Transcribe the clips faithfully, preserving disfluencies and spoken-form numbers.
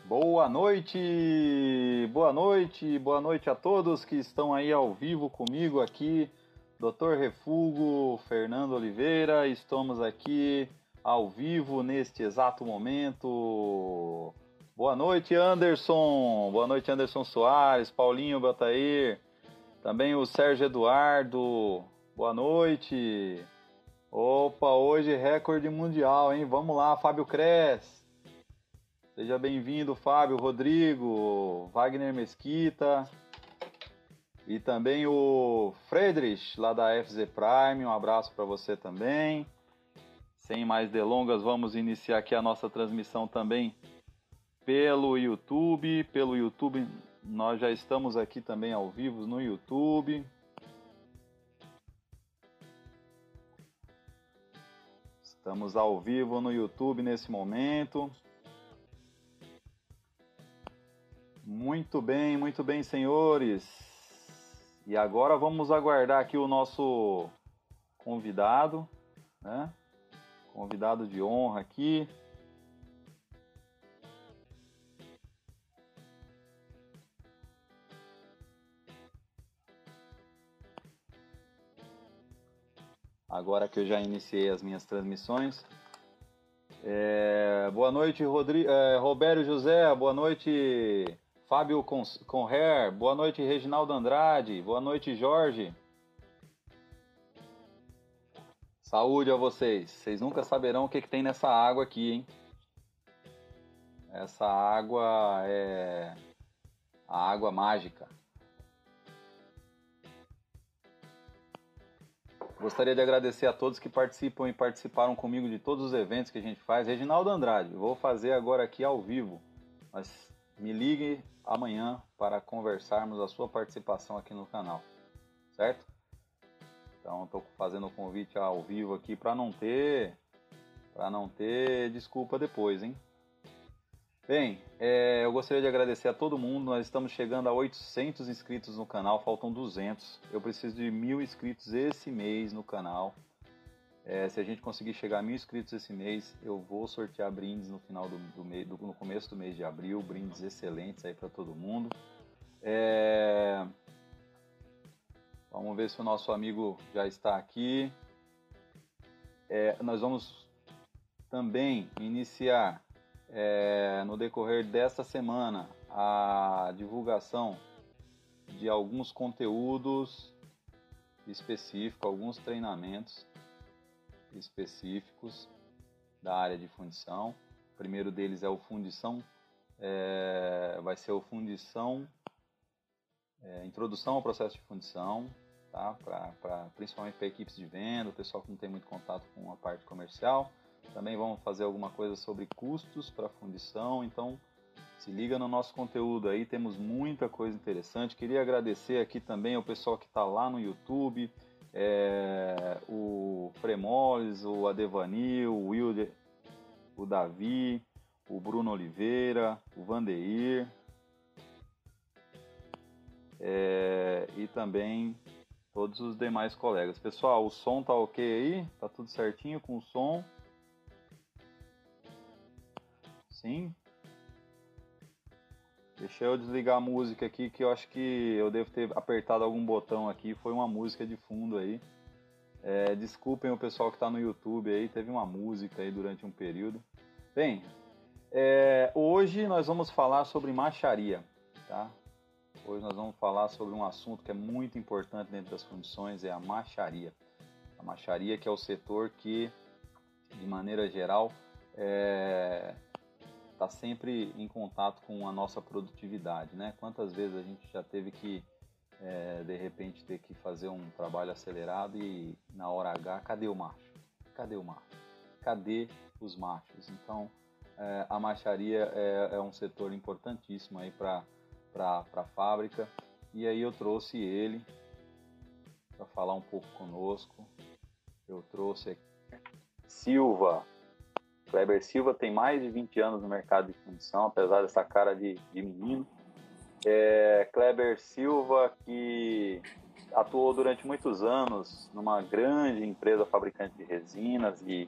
Boa noite, boa noite, boa noite a todos que estão aí ao vivo comigo aqui, doutor Refugo, Fernando Oliveira, estamos aqui ao vivo neste exato momento. Boa noite, Anderson, boa noite, Anderson Soares, Paulinho Batair, também o Sérgio Eduardo, boa noite. Opa, hoje recorde mundial, hein? Vamos lá, Fábio Cres. Seja bem-vindo, Fábio, Rodrigo, Wagner Mesquita e também o Friedrich, lá da F Z Prime. Um abraço para você também. Sem mais delongas, vamos iniciar aqui a nossa transmissão também pelo YouTube. Pelo YouTube, nós já estamos aqui também ao vivo no YouTube. Estamos ao vivo no YouTube nesse momento. Muito bem, muito bem, senhores. E agora vamos aguardar aqui o nosso convidado, né? Convidado de honra aqui. Agora que eu já iniciei as minhas transmissões. É, boa noite, Rodri, é, Robério José, boa noite, Fábio Conher, boa noite, Reginaldo Andrade, boa noite, Jorge. Saúde a vocês. Vocês nunca saberão o que, que tem nessa água aqui, hein? Essa água é a água mágica. Gostaria de agradecer a todos que participam e participaram comigo de todos os eventos que a gente faz. Reginaldo Andrade, vou fazer agora aqui ao vivo, mas me ligue amanhã para conversarmos a sua participação aqui no canal, certo? Então estou fazendo o convite ao vivo aqui para não ter, para não ter desculpa depois, hein? Bem, é, eu gostaria de agradecer a todo mundo. Nós estamos chegando a oitocentos inscritos no canal, faltam duzentos. Eu preciso de mil inscritos esse mês no canal. É, se a gente conseguir chegar a mil inscritos esse mês, eu vou sortear brindes no final do, do mês, do, no começo do mês de abril, brindes excelentes aí para todo mundo. É, vamos ver se o nosso amigo já está aqui. É, nós vamos também iniciar É, no decorrer desta semana a divulgação de alguns conteúdos específicos, alguns treinamentos específicos da área de fundição. O primeiro deles é o fundição, é, vai ser o fundição, é, introdução ao processo de fundição, tá? Pra, pra, principalmente para equipes de venda, o pessoal que não tem muito contato com a parte comercial. Também vamos fazer alguma coisa sobre custos para fundição, então se liga no nosso conteúdo aí, temos muita coisa interessante. Queria agradecer aqui também ao pessoal que está lá no YouTube, é, o Fremoles, o Adevanil, o Wilder, o Davi, o Bruno Oliveira, o Vandeir, é, e também todos os demais colegas. Pessoal, o som tá ok aí? Tá tudo certinho com o som? Sim. Deixa eu desligar a música aqui, que eu acho que eu devo ter apertado algum botão aqui. Foi uma música de fundo aí. É, desculpem o pessoal que está no YouTube aí, teve uma música aí durante um período. Bem, é, hoje nós vamos falar sobre macharia, tá? Hoje nós vamos falar sobre um assunto que é muito importante dentro das fundições, é a macharia. A macharia que é o setor que, de maneira geral, é... está sempre em contato com a nossa produtividade, né? Quantas vezes a gente já teve que, é, de repente, ter que fazer um trabalho acelerado e na hora H, cadê o macho? Cadê o macho? Cadê os machos? Então, é, a macharia é, é um setor importantíssimo aí para a fábrica, e aí eu trouxe ele para falar um pouco conosco. Eu trouxe aqui Silva. Kleber Silva tem mais de vinte anos no mercado de fundição, apesar dessa cara de, de menino. É, Kleber Silva, que atuou durante muitos anos numa grande empresa fabricante de resinas e,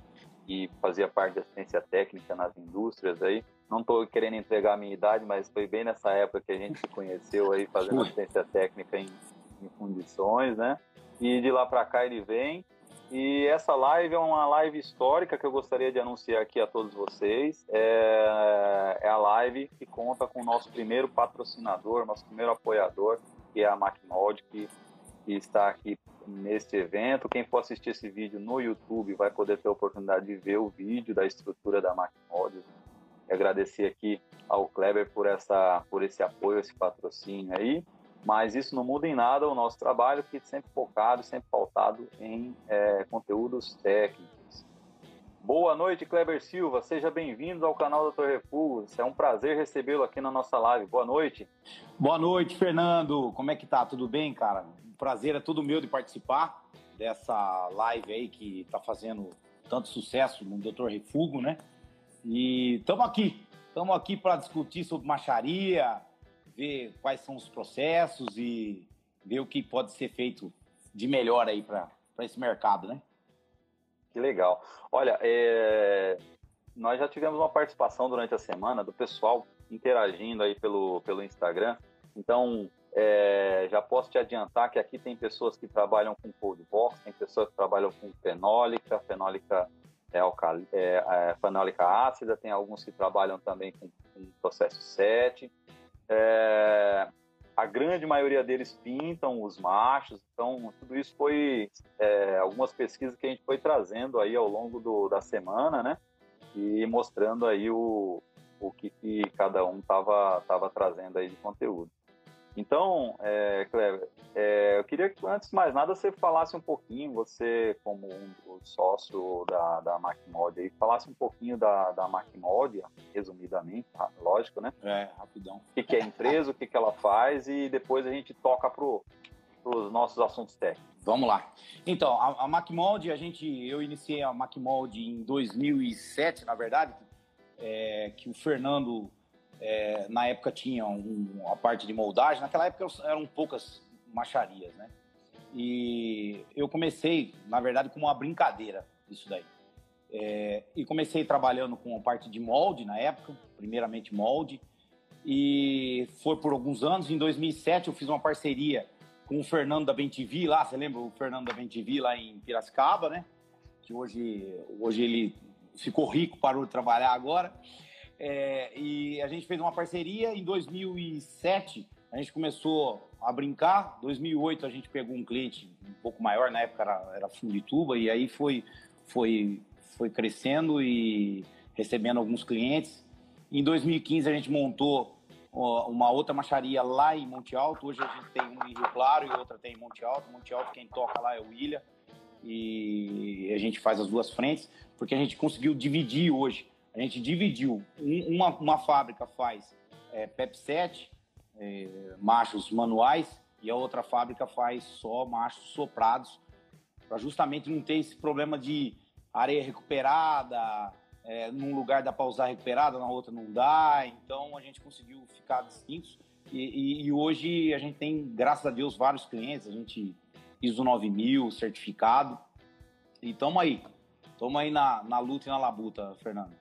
e fazia parte de assistência técnica nas indústrias aí. Não estou querendo entregar a minha idade, mas foi bem nessa época que a gente se conheceu aí, fazendo assistência técnica em, em fundições, né? E de lá para cá ele vem. E essa live é uma live histórica que eu gostaria de anunciar aqui a todos vocês. É, é a live que conta com o nosso primeiro patrocinador, nosso primeiro apoiador, que é a MacMold, que, que está aqui neste evento. Quem for assistir esse vídeo no YouTube vai poder ter a oportunidade de ver o vídeo da estrutura da MacMold. Agradecer aqui ao Kleber por, essa, por esse apoio, esse patrocínio aí, mas isso não muda em nada o nosso trabalho, que é sempre focado, sempre pautado em é, conteúdos técnicos. Boa noite, Kleber Silva, seja bem-vindo ao canal doutor Refugos, é um prazer recebê-lo aqui na nossa live, boa noite. Boa noite, Fernando, como é que tá? Tudo bem, cara? O prazer é todo meu de participar dessa live aí que tá fazendo tanto sucesso no doutor Refugo, né? E estamos aqui, estamos aqui para discutir sobre macharia, ver quais são os processos e ver o que pode ser feito de melhor aí para esse mercado, né? Que legal. Olha, é... nós já tivemos uma participação durante a semana do pessoal interagindo aí pelo, pelo Instagram, então é... já posso te adiantar que aqui tem pessoas que trabalham com cold box, tem pessoas que trabalham com fenólica, fenólica É, alcali, é, é, fenólica ácida, tem alguns que trabalham também com, com processo sete. É, a grande maioria deles pintam os machos, então tudo isso foi é, algumas pesquisas que a gente foi trazendo aí ao longo do, da semana, né? E mostrando aí o, o que, que cada um estava tava trazendo aí de conteúdo. Então, é, Kleber, é, eu queria que, antes de mais nada, você falasse um pouquinho, você como um sócio da, da MacMold, aí, falasse um pouquinho da, da MacMold, resumidamente, tá? Lógico, né? É, rapidão. O que, que é a empresa, o que, que ela faz, e depois a gente toca para os nossos assuntos técnicos. Vamos lá. Então, a, a MacMold, a gente, eu iniciei a MacMold em dois mil e sete, na verdade, é, que o Fernando... É, na época tinha um, uma parte de moldagem, naquela época eram poucas macharias, né? E eu comecei, na verdade, com uma brincadeira isso daí. É, e comecei trabalhando com a parte de molde na época, primeiramente molde, e foi por alguns anos. Em dois mil e sete eu fiz uma parceria com o Fernando da BenTV lá, você lembra o Fernando da BenTV lá em Piracicaba, né? Que hoje, hoje ele ficou rico, parou de trabalhar agora. É, e a gente fez uma parceria. Em dois mil e sete a gente começou a brincar. Em dois mil e oito a gente pegou um cliente um pouco maior, na época era, era Fundituba, e aí foi, foi, foi crescendo e recebendo alguns clientes. Em dois mil e quinze a gente montou ó, uma outra macharia lá em Monte Alto. Hoje a gente tem uma em Rio Claro e outra tem em Monte Alto. Monte Alto quem toca lá é o William, e a gente faz as duas frentes, porque a gente conseguiu dividir hoje. A gente dividiu, uma, uma fábrica faz é, Pep sete, é, machos manuais, e a outra fábrica faz só machos soprados, para justamente não ter esse problema de areia recuperada, é, num lugar dá para usar recuperada, na outra não dá, então a gente conseguiu ficar distintos, e, e, e hoje a gente tem, graças a Deus, vários clientes, a gente I S O nove mil, certificado, e estamos aí, estamos aí na, na luta e na labuta, Fernando.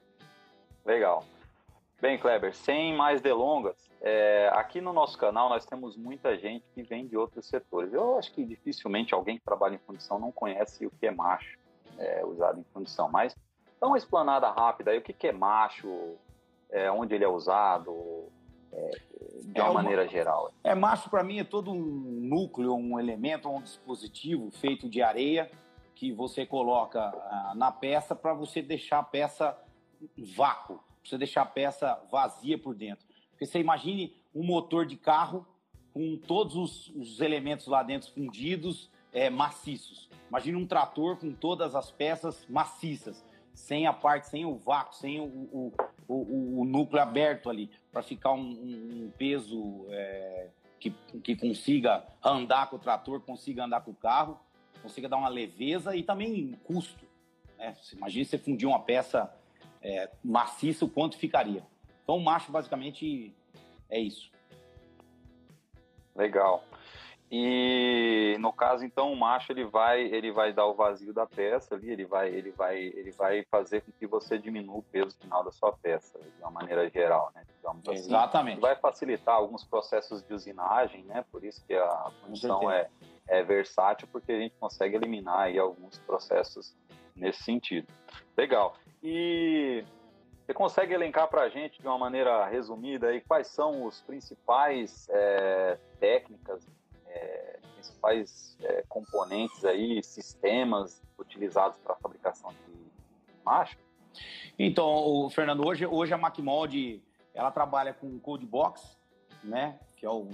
Legal. Bem, Kleber, sem mais delongas, é, aqui no nosso canal nós temos muita gente que vem de outros setores. Eu acho que dificilmente alguém que trabalha em fundição não conhece o que é macho é, usado em fundição, mas dá uma explanada rápida aí, o que, que é macho, é, onde ele é usado, é, de uma é maneira uma, geral. É, macho para mim é todo um núcleo, um elemento, um dispositivo feito de areia que você coloca ah, na peça para você deixar a peça vácuo, você deixar a peça vazia por dentro. Porque você imagine um motor de carro com todos os, os elementos lá dentro fundidos, é, maciços. Imagine um trator com todas as peças maciças, sem a parte, sem o vácuo, sem o, o, o, o núcleo aberto ali, para ficar um, um peso é, que, que consiga andar com o trator, consiga andar com o carro, consiga dar uma leveza e também custo. Né? Imagine você fundir uma peça É, maciça, o quanto ficaria. Então, o macho, basicamente, é isso. Legal. E no caso, então, o macho ele vai, ele vai dar o vazio da peça ali, ele vai, ele vai, ele vai fazer com que você diminua o peso final da sua peça, de uma maneira geral, né? Digamos assim. Exatamente. Vai facilitar alguns processos de usinagem, né? Por isso que a função é, é versátil, porque a gente consegue eliminar aí alguns processos nesse sentido. Legal. E você consegue elencar para a gente, de uma maneira resumida, aí, quais são os principais é, técnicas, É, principais é, componentes aí, sistemas utilizados para a fabricação de macho? Então, o Fernando, hoje, hoje a MacMold, ela trabalha com Code Box, né? Que é o,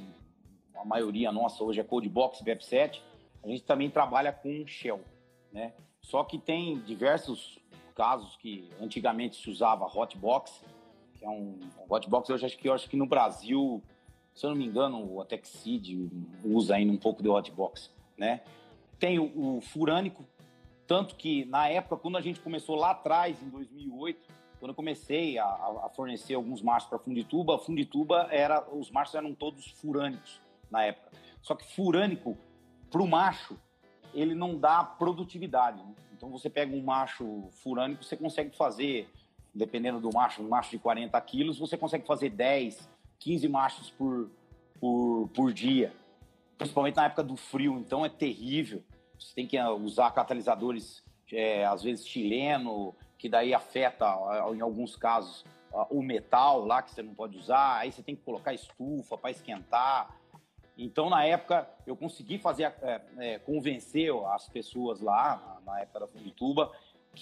a maioria nossa hoje é Code Box, P E P sete. A gente também trabalha com Shell, né? Só que tem diversos casos que antigamente se usava Hotbox, que é um, um Hotbox, hoje acho que, eu acho que no Brasil, se eu não me engano, o Atexid usa ainda um pouco de hotbox, né? Tem o, o furânico, tanto que na época, quando a gente começou lá atrás, em dois mil e oito, quando eu comecei a, a fornecer alguns machos para Fundituba, a Fundituba era, os machos eram todos furânicos na época. Só que furânico, para o macho, ele não dá produtividade, né? Então você pega um macho furânico, você consegue fazer, dependendo do macho, um macho de quarenta quilos, você consegue fazer dez, quinze machos por, por, por dia, principalmente na época do frio, então é terrível. Você tem que usar catalisadores, é, às vezes chileno, que daí afeta, em alguns casos, o metal lá, que você não pode usar, aí você tem que colocar estufa para esquentar. Então, na época, eu consegui fazer, é, é, convencer as pessoas lá, na época da Fundituba,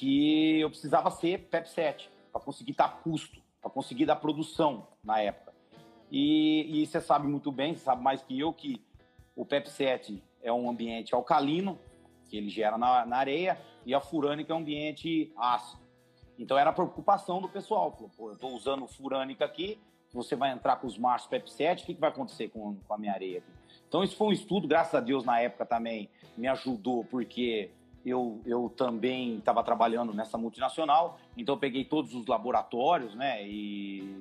que eu precisava ser P E P sete, para conseguir dar custo, para conseguir dar produção na época. E, e você sabe muito bem, você sabe mais que eu, que o P E P sete é um ambiente alcalino, que ele gera na, na areia, e a furânica é um ambiente ácido. Então era a preocupação do pessoal. Falou, pô, eu estou usando furânica aqui, você vai entrar com os machos P E P sete, o que, que vai acontecer com, com a minha areia aqui? Então isso foi um estudo, graças a Deus, na época também me ajudou, porque eu, eu também estava trabalhando nessa multinacional, então eu peguei todos os laboratórios, né, e...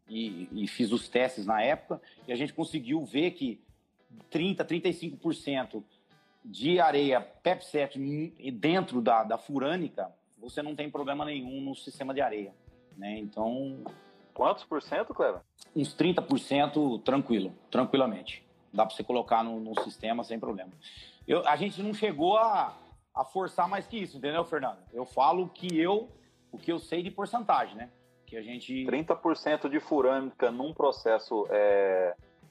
E, e fiz os testes na época, e a gente conseguiu ver que trinta, trinta e cinco por cento de areia P E P sete dentro da, da furânica, você não tem problema nenhum no sistema de areia, né? Então... Quantos por cento, Cleber? Uns trinta por cento tranquilo, tranquilamente. Dá para você colocar no, no sistema sem problema. Eu, a gente não chegou a, a forçar mais que isso, entendeu, Fernando? Eu falo que eu, o que eu sei de porcentagem, né? Que a gente... trinta por cento de furânica num processo é,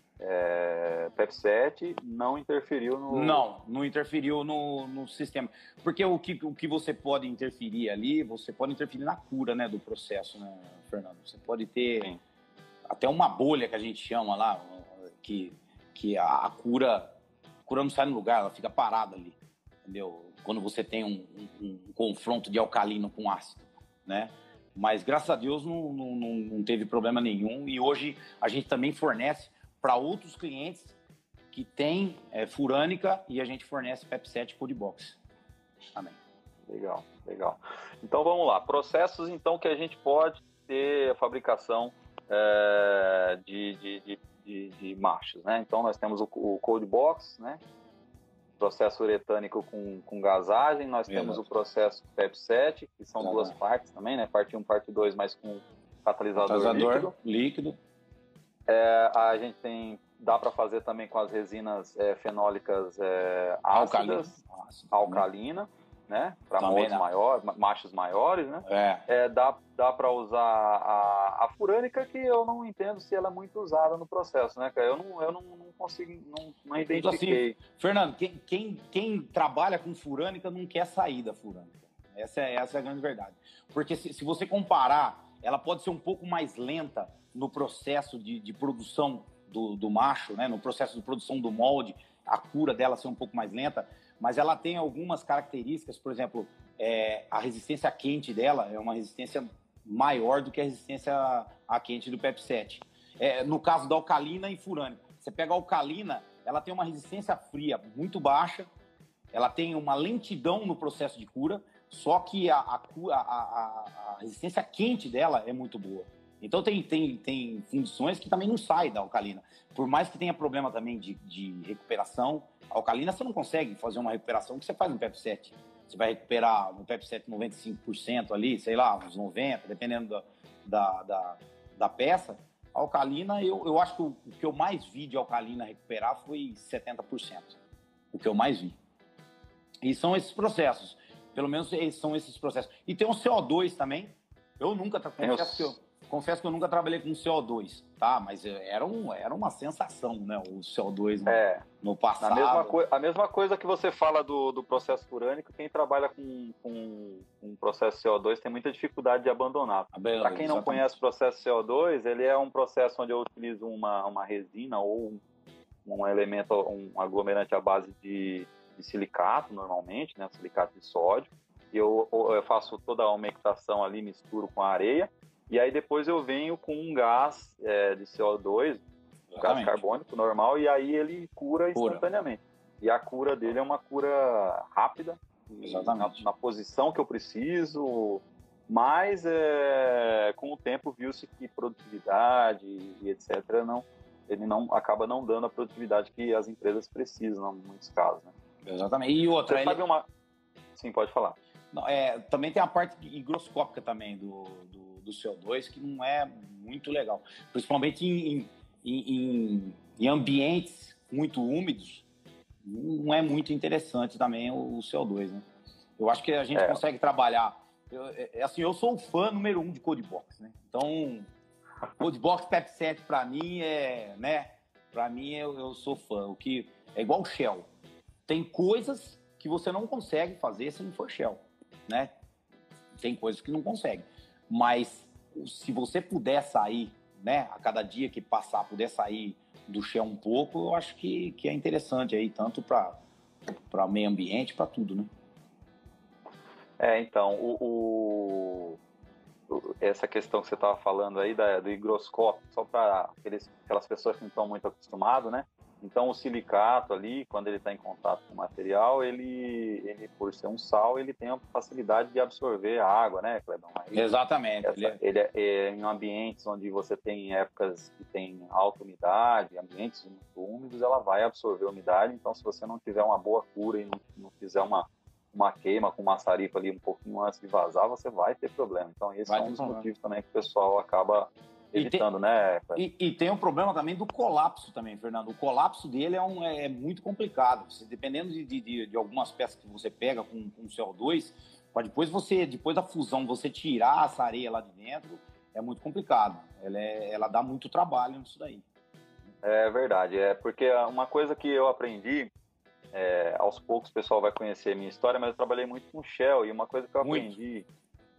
é, P E P sete não interferiu no... Não, não interferiu no, no sistema. Porque o que, o que você pode interferir ali, você pode interferir na cura, né, do processo, né, Fernando? Você pode ter Sim. até uma bolha que a gente chama lá, que, que a, a cura a cura não sai no lugar, ela fica parada ali, entendeu? Quando você tem um, um, um confronto de alcalino com ácido, né? Mas, graças a Deus, não, não, não teve problema nenhum. E hoje a gente também fornece para outros clientes que têm é, furânica e a gente fornece P E P sete Code Box. Amém. Legal, legal. Então, vamos lá. Processos, então, que a gente pode ter a fabricação é, de, de, de, de, de machos, né? Então, nós temos o, o Code Box, né? Processo uretânico com, com gasagem, nós Exato. Temos o processo P E P sete, que são Exato. Duas partes também, né? Parte um, parte dois, mas com catalisador, catalisador líquido. líquido. É, a gente tem, dá para fazer também com as resinas é, fenólicas é, ácidas, alcalina, alcalina né? Para moldes maiores, machos maiores, né? É. É, dá dá para usar a, a furânica, que eu não entendo se ela é muito usada no processo, né, cara? Eu não, eu não, não consigo, não, não identifiquei. Assim, Fernando, quem, quem, quem trabalha com furânica não quer sair da furânica. Essa é, essa é a grande verdade. Porque se, se você comparar, ela pode ser um pouco mais lenta no processo de, de produção do, do macho, né? No processo de produção do molde, a cura dela ser um pouco mais lenta, mas ela tem algumas características, por exemplo, é, a resistência quente dela é uma resistência maior do que a resistência à quente do P E P sete. É, no caso da alcalina e furânica, você pega a alcalina, ela tem uma resistência fria muito baixa, ela tem uma lentidão no processo de cura, só que a, a, a, a resistência quente dela é muito boa. Então tem, tem, tem fundições que também não saem da alcalina. Por mais que tenha problema também de, de recuperação, a alcalina você não consegue fazer uma recuperação que você faz no P E P sete. Você vai recuperar no P E P sete noventa e cinco por cento ali, sei lá, uns noventa por cento, dependendo da, da, da, da peça. A alcalina, eu, eu acho que o, o que eu mais vi de alcalina recuperar foi setenta por cento. O que eu mais vi. E são esses processos. Pelo menos são esses processos. E tem um C O dois também. Eu nunca... Confesso que eu... Confesso que eu nunca trabalhei com C O dois, tá? Mas era, um, era uma sensação, né? O C O dois no, é, no passado. A mesma, coi- a mesma coisa que você fala do, do processo furânico, quem trabalha com, com, com processo C O dois tem muita dificuldade de abandonar. Para quem não Exatamente. conhece o processo C O dois, ele é um processo onde eu utilizo uma, uma resina ou um elemento, um aglomerante à base de, de silicato, normalmente, né? Silicato de sódio. E eu, eu faço toda a umectação ali, misturo com a areia. E aí depois eu venho com um gás é, de C O dois, um gás carbônico normal, e aí ele cura, cura instantaneamente. E a cura dele é uma cura rápida, Exatamente. Na, na posição que eu preciso, mas é, com o tempo viu-se que produtividade e etcétera, não, ele não, acaba não dando a produtividade que as empresas precisam, em muitos casos. Né? Exatamente. E outra... Você ele... sabe uma... Sim, pode falar. Não, é, também tem a parte higroscópica também do, do, do C O dois, que não é muito legal. Principalmente em, em, em, em ambientes muito úmidos, não é muito interessante também o, o C O dois, né? Eu acho que a gente é. consegue trabalhar... Eu, é, assim, eu sou o fã número um de Codebox, né? Então, Codebox P E P sete, para mim, é... né? Para mim, eu, eu sou fã. O que é igual Shell. Tem coisas que você não consegue fazer se não for Shell. Né? Tem coisas que não consegue, mas se você puder sair, né, a cada dia que passar, puder sair do chão um pouco, eu acho que, que é interessante aí, tanto para para meio ambiente, para tudo, né? É, então, o, o, essa questão que você estava falando aí da, do higroscópio, só para aquelas pessoas que não estão muito acostumadas, né? Então, o silicato ali, quando ele está em contato com o material, ele, ele, por ser um sal, ele tem a facilidade de absorver a água, né, Clebão? Aí, Exatamente. Essa, ele é... Ele é, é em ambientes onde você tem épocas que tem alta umidade, ambientes muito úmidos, ela vai absorver a umidade. Então, se você não tiver uma boa cura e não, não fizer uma, uma queima com maçarico ali um pouquinho antes de vazar, você vai ter problema. Então, esse vai é um dos problema. motivos também que o pessoal acaba... evitando, e tem, né? E, e tem um problema também do colapso também, Fernando. O colapso dele é, um, é muito complicado. Você, dependendo de, de, de algumas peças que você pega com, com C O dois, para depois você, depois da fusão, você tirar essa areia lá de dentro, é muito complicado. Ela, é, ela dá muito trabalho nisso daí. É verdade. É porque uma coisa que eu aprendi, é, aos poucos o pessoal vai conhecer a minha história, mas eu trabalhei muito com Shell, e uma coisa que eu muito. aprendi...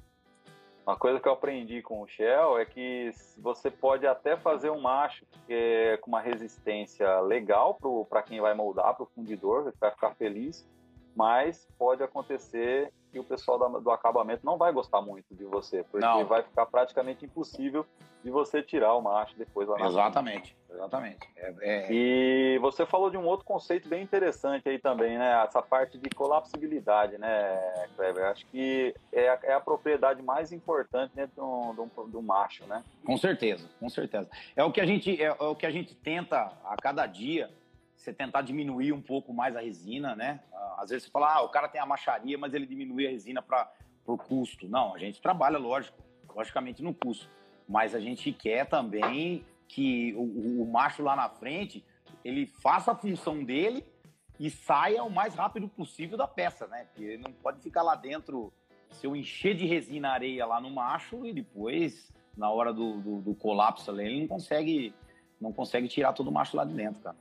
Uma coisa que eu aprendi com o Shell é que você pode até fazer um macho é, com uma resistência legal para quem vai moldar, para o fundidor, vai ficar feliz, mas pode acontecer que o pessoal do, do acabamento não vai gostar muito de você, porque não. vai ficar praticamente impossível de você tirar o macho depois lá na Exatamente, frente. Exatamente. É, é... E você falou de um outro conceito bem interessante aí também, né? Essa parte de colapsibilidade, né, Kleber? Acho que é a, é a propriedade mais importante dentro de um, de, um, de um macho, né? Com certeza, com certeza. É o que a gente, é, é o que a gente tenta a cada dia, você tentar diminuir um pouco mais a resina, né? Às vezes você fala, ah, o cara tem a macharia, mas ele diminui a resina para o custo. Não, a gente trabalha, lógico, logicamente no custo. Mas a gente quer também que o, o macho lá na frente, ele faça a função dele e saia o mais rápido possível da peça, né? Porque ele não pode ficar lá dentro, se eu encher de resina areia lá no macho e depois, na hora do, do, do colapso ali, ele não consegue, não consegue tirar todo o macho lá de dentro, cara.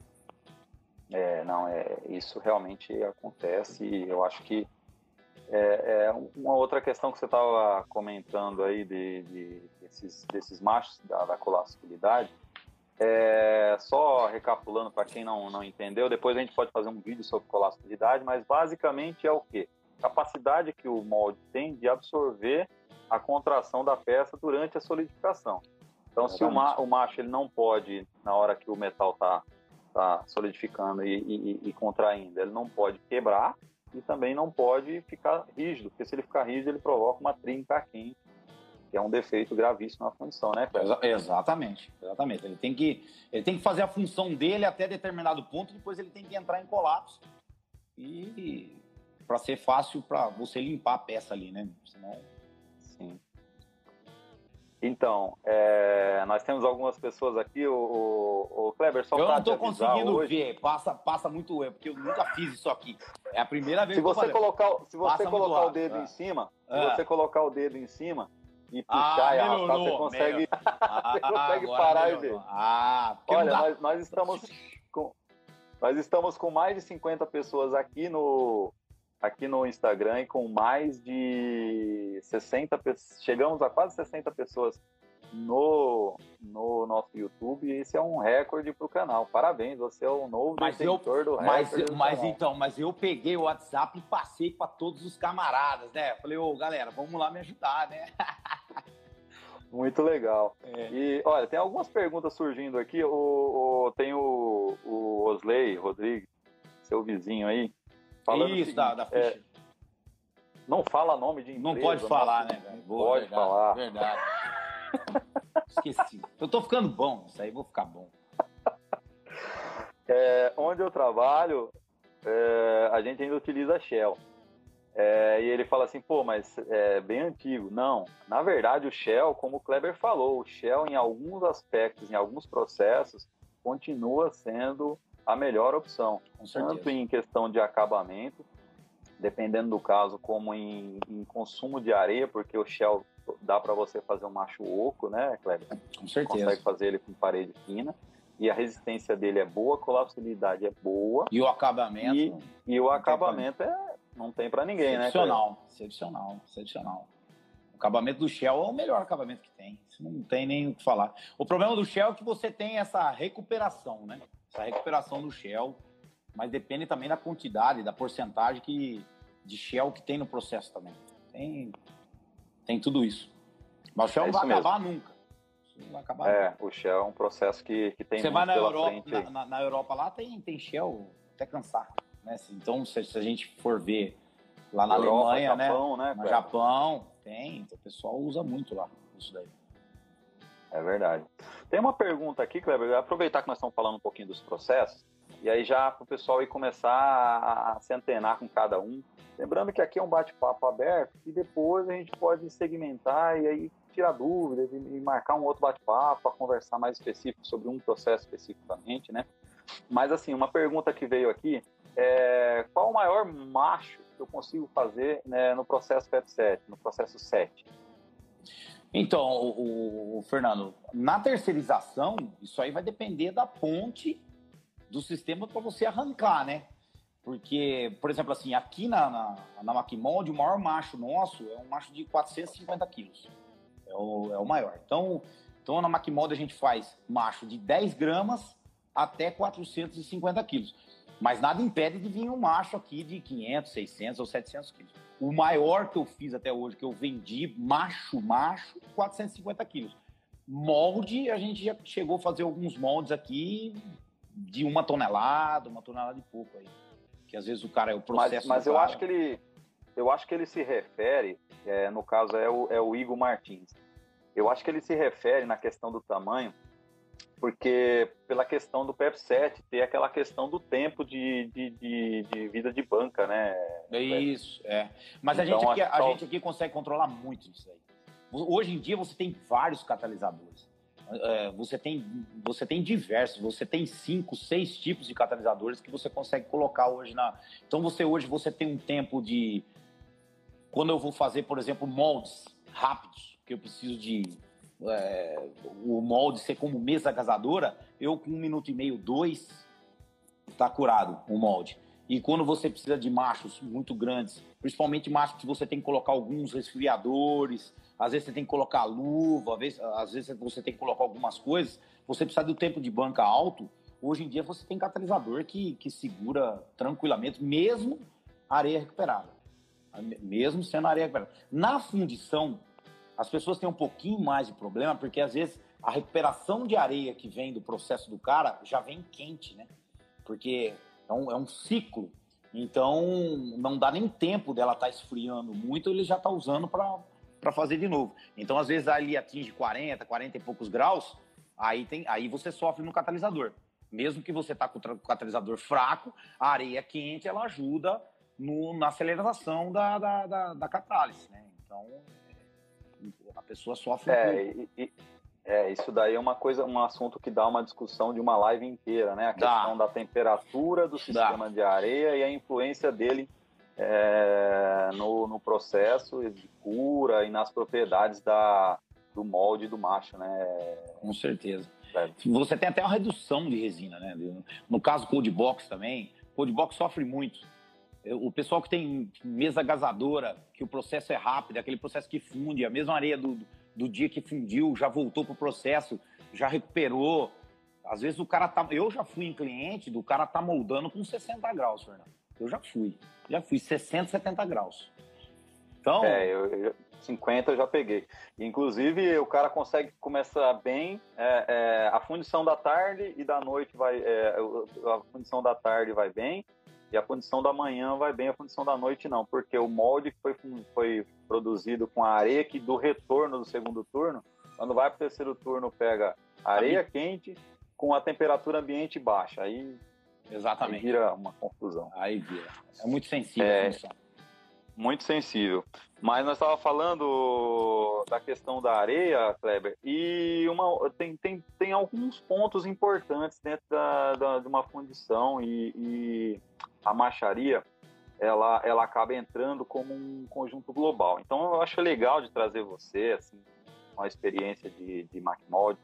É, não, é, isso realmente acontece e eu acho que é, é uma outra questão que você estava comentando aí de, de, desses, desses machos da, da colapsibilidade. É, só recapitulando para quem não, não entendeu, depois a gente pode fazer um vídeo sobre colapsibilidade, mas basicamente é o quê? Capacidade que o molde tem de absorver a contração da peça durante a solidificação. Então, Exatamente. se o, ma, o macho ele não pode, na hora que o metal está tá solidificando e, e, e contraindo, ele não pode quebrar, e também não pode ficar rígido, porque se ele ficar rígido, ele provoca uma trinca quente, que é um defeito gravíssimo na fundição, né, Cleber? Exa exatamente, exatamente. Ele tem, que, ele tem que fazer a função dele até determinado ponto, depois ele tem que entrar em colapso e para ser fácil para você limpar a peça ali, né? Senão... Sim. Então, é, nós temos algumas pessoas aqui, o, o, o Kleber, só eu para não estou conseguindo hoje... ver, passa, passa muito erro, porque eu nunca fiz isso aqui. É a primeira vez se que eu você colocar, Se você passa colocar o dedo é. em cima, é. se você colocar o dedo em cima e puxar ah, e arrastar, você consegue, ah, você consegue parar melhorou. e ver. Ah, olha, nós, nós, estamos com, nós estamos com mais de cinquenta pessoas aqui no... aqui no Instagram e com mais de sessenta pessoas, chegamos a quase sessenta pessoas no, no nosso YouTube, e esse é um recorde para o canal. Parabéns, você é o novo mas detentor eu, do mas, recorde. Mas, mas então, mas eu peguei o WhatsApp e passei para todos os camaradas, né? Falei, ô galera, vamos lá me ajudar, né? Muito legal. É. E olha, tem algumas perguntas surgindo aqui. O, o, tem o, o Osley Rodrigues, seu vizinho aí. Isso, seguinte, da, da ficha. É, não fala nome de empresa. Não pode falar, nossa, né, velho? Pode verdade, falar. Verdade. Esqueci. Eu tô ficando bom, isso aí vou ficar bom. É, onde eu trabalho, é, a gente ainda utiliza Shell. É, e ele fala assim, pô, mas é bem antigo. Não, na verdade o Shell, como o Kleber falou, o Shell em alguns aspectos, em alguns processos, continua sendo a melhor opção. Com certeza. Tanto em questão de acabamento, dependendo do caso, como em, em consumo de areia, porque o Shell dá para você fazer um macho oco, né, Kleber? Com certeza. Consegue fazer ele com parede fina. E a resistência dele é boa, a colapsibilidade é boa. E o acabamento... E, e o acabamento é, não tem para ninguém, excepcional, né? Excepcional, excepcional. O acabamento do Shell é o melhor acabamento que tem. Isso não tem nem o que falar. O problema do Shell é que você tem essa recuperação, né? Essa recuperação do Shell, mas depende também da quantidade, da porcentagem que, de Shell que tem no processo também. Tem, tem tudo isso. Mas o Shell é não vai mesmo. acabar nunca. Não vai acabar é, nunca. O Shell é um processo que, que tem você muito vai na pela Europa, frente. Na, na, na Europa lá tem, tem Shell até cansar. Né? Então, se, se a gente for ver lá na Europa, Alemanha, Japão, né? né? No Japão, tem. Então, o pessoal usa muito lá isso daí. É verdade. Tem uma pergunta aqui, Kleber, aproveitar que nós estamos falando um pouquinho dos processos, e aí já para o pessoal ir começar a, a se antenar com cada um. Lembrando que aqui é um bate-papo aberto e depois a gente pode segmentar e aí tirar dúvidas e, e marcar um outro bate-papo para conversar mais específico sobre um processo especificamente, né? Mas assim, uma pergunta que veio aqui é qual o maior macho que eu consigo fazer, né, no processo P E P sete, no processo sete? Então, o, o, o Fernando, na terceirização, isso aí vai depender da ponte do sistema para você arrancar, né? Porque, por exemplo, assim, aqui na, na, na Macmold, o maior macho nosso é um macho de quatrocentos e cinquenta quilos. É o, é o maior. Então, então, na Macmold a gente faz macho de dez gramas até quatrocentos e cinquenta quilos. Mas nada impede de vir um macho aqui de quinhentos, seiscentos ou setecentos quilos. O maior que eu fiz até hoje, que eu vendi, macho, macho, quatrocentos e cinquenta quilos. Molde, a gente já chegou a fazer alguns moldes aqui de uma tonelada, uma tonelada e pouco aí. Que às vezes o cara é o processo. Mas, mas eu cara... acho que ele, eu acho que ele se refere, é, no caso é o, é o Igor Martins. Eu acho que ele se refere na questão do tamanho, porque pela questão do P E P sete ter aquela questão do tempo de, de, de, de vida de banca, né? É isso, é. Mas então, a, gente aqui, a tal... gente aqui consegue controlar muito isso aí. Hoje em dia você tem vários catalisadores. É, você, tem, você tem diversos, você tem cinco, seis tipos de catalisadores que você consegue colocar hoje na... Então você hoje você tem um tempo de... Quando eu vou fazer, por exemplo, moldes rápidos, que eu preciso de... É, o molde ser como mesa gasadora, eu com um minuto e meio, dois, tá curado o molde. E quando você precisa de machos muito grandes, principalmente machos que você tem que colocar alguns resfriadores, às vezes você tem que colocar luva, às vezes, às vezes você tem que colocar algumas coisas, você precisa do tempo de banca alto. Hoje em dia você tem catalisador que, que segura tranquilamente, mesmo areia recuperada, mesmo sendo areia recuperada. Na fundição, as pessoas têm um pouquinho mais de problema, porque às vezes a recuperação de areia que vem do processo do cara já vem quente, né? Porque é um, é um ciclo, então não dá nem tempo dela estar tá esfriando muito, ele já está usando para para fazer de novo. Então, às vezes, ali atinge quarenta, quarenta e poucos graus, aí, tem, aí você sofre no catalisador. Mesmo que você está com o catalisador fraco, a areia quente, ela ajuda no, na aceleração da, da, da, da catálise, né? Então, a pessoa sofre é, um pouco. E, e, é, isso daí é uma coisa, um assunto que dá uma discussão de uma live inteira, né? A questão Dá. da temperatura do sistema Dá. de areia e a influência dele é, no, no processo de cura e nas propriedades da, do molde do macho, né? Com certeza. É. Você tem até uma redução de resina, né? No caso Cold Box também, Cold Box sofre muito. O pessoal que tem mesa gasadora, que o processo é rápido, aquele processo que funde, a mesma areia do, do dia que fundiu, já voltou pro processo, já recuperou. Às vezes o cara tá... Eu já fui em cliente do cara tá moldando com sessenta graus, Fernando. Eu já fui. Já fui sessenta, setenta graus. Então... É, eu, eu, cinquenta eu já peguei. Inclusive, o cara consegue começar bem é, é, a fundição da tarde e da noite vai... É, a fundição da tarde vai bem e a fundição da manhã vai bem, a fundição da noite não, porque o molde que foi, foi produzido com a areia que do retorno do segundo turno, quando vai para o terceiro turno pega areia Aí... quente com a temperatura ambiente baixa. Aí, Exatamente. aí vira uma confusão. Aí vira. É muito sensível é... a função. Muito sensível. Mas nós estávamos falando da questão da areia, Kleber, e uma, tem, tem, tem alguns pontos importantes dentro da, da, de uma fundição e, e a macharia, ela, ela acaba entrando como um conjunto global. Então, eu acho legal de trazer você, assim, uma experiência de, de McMold,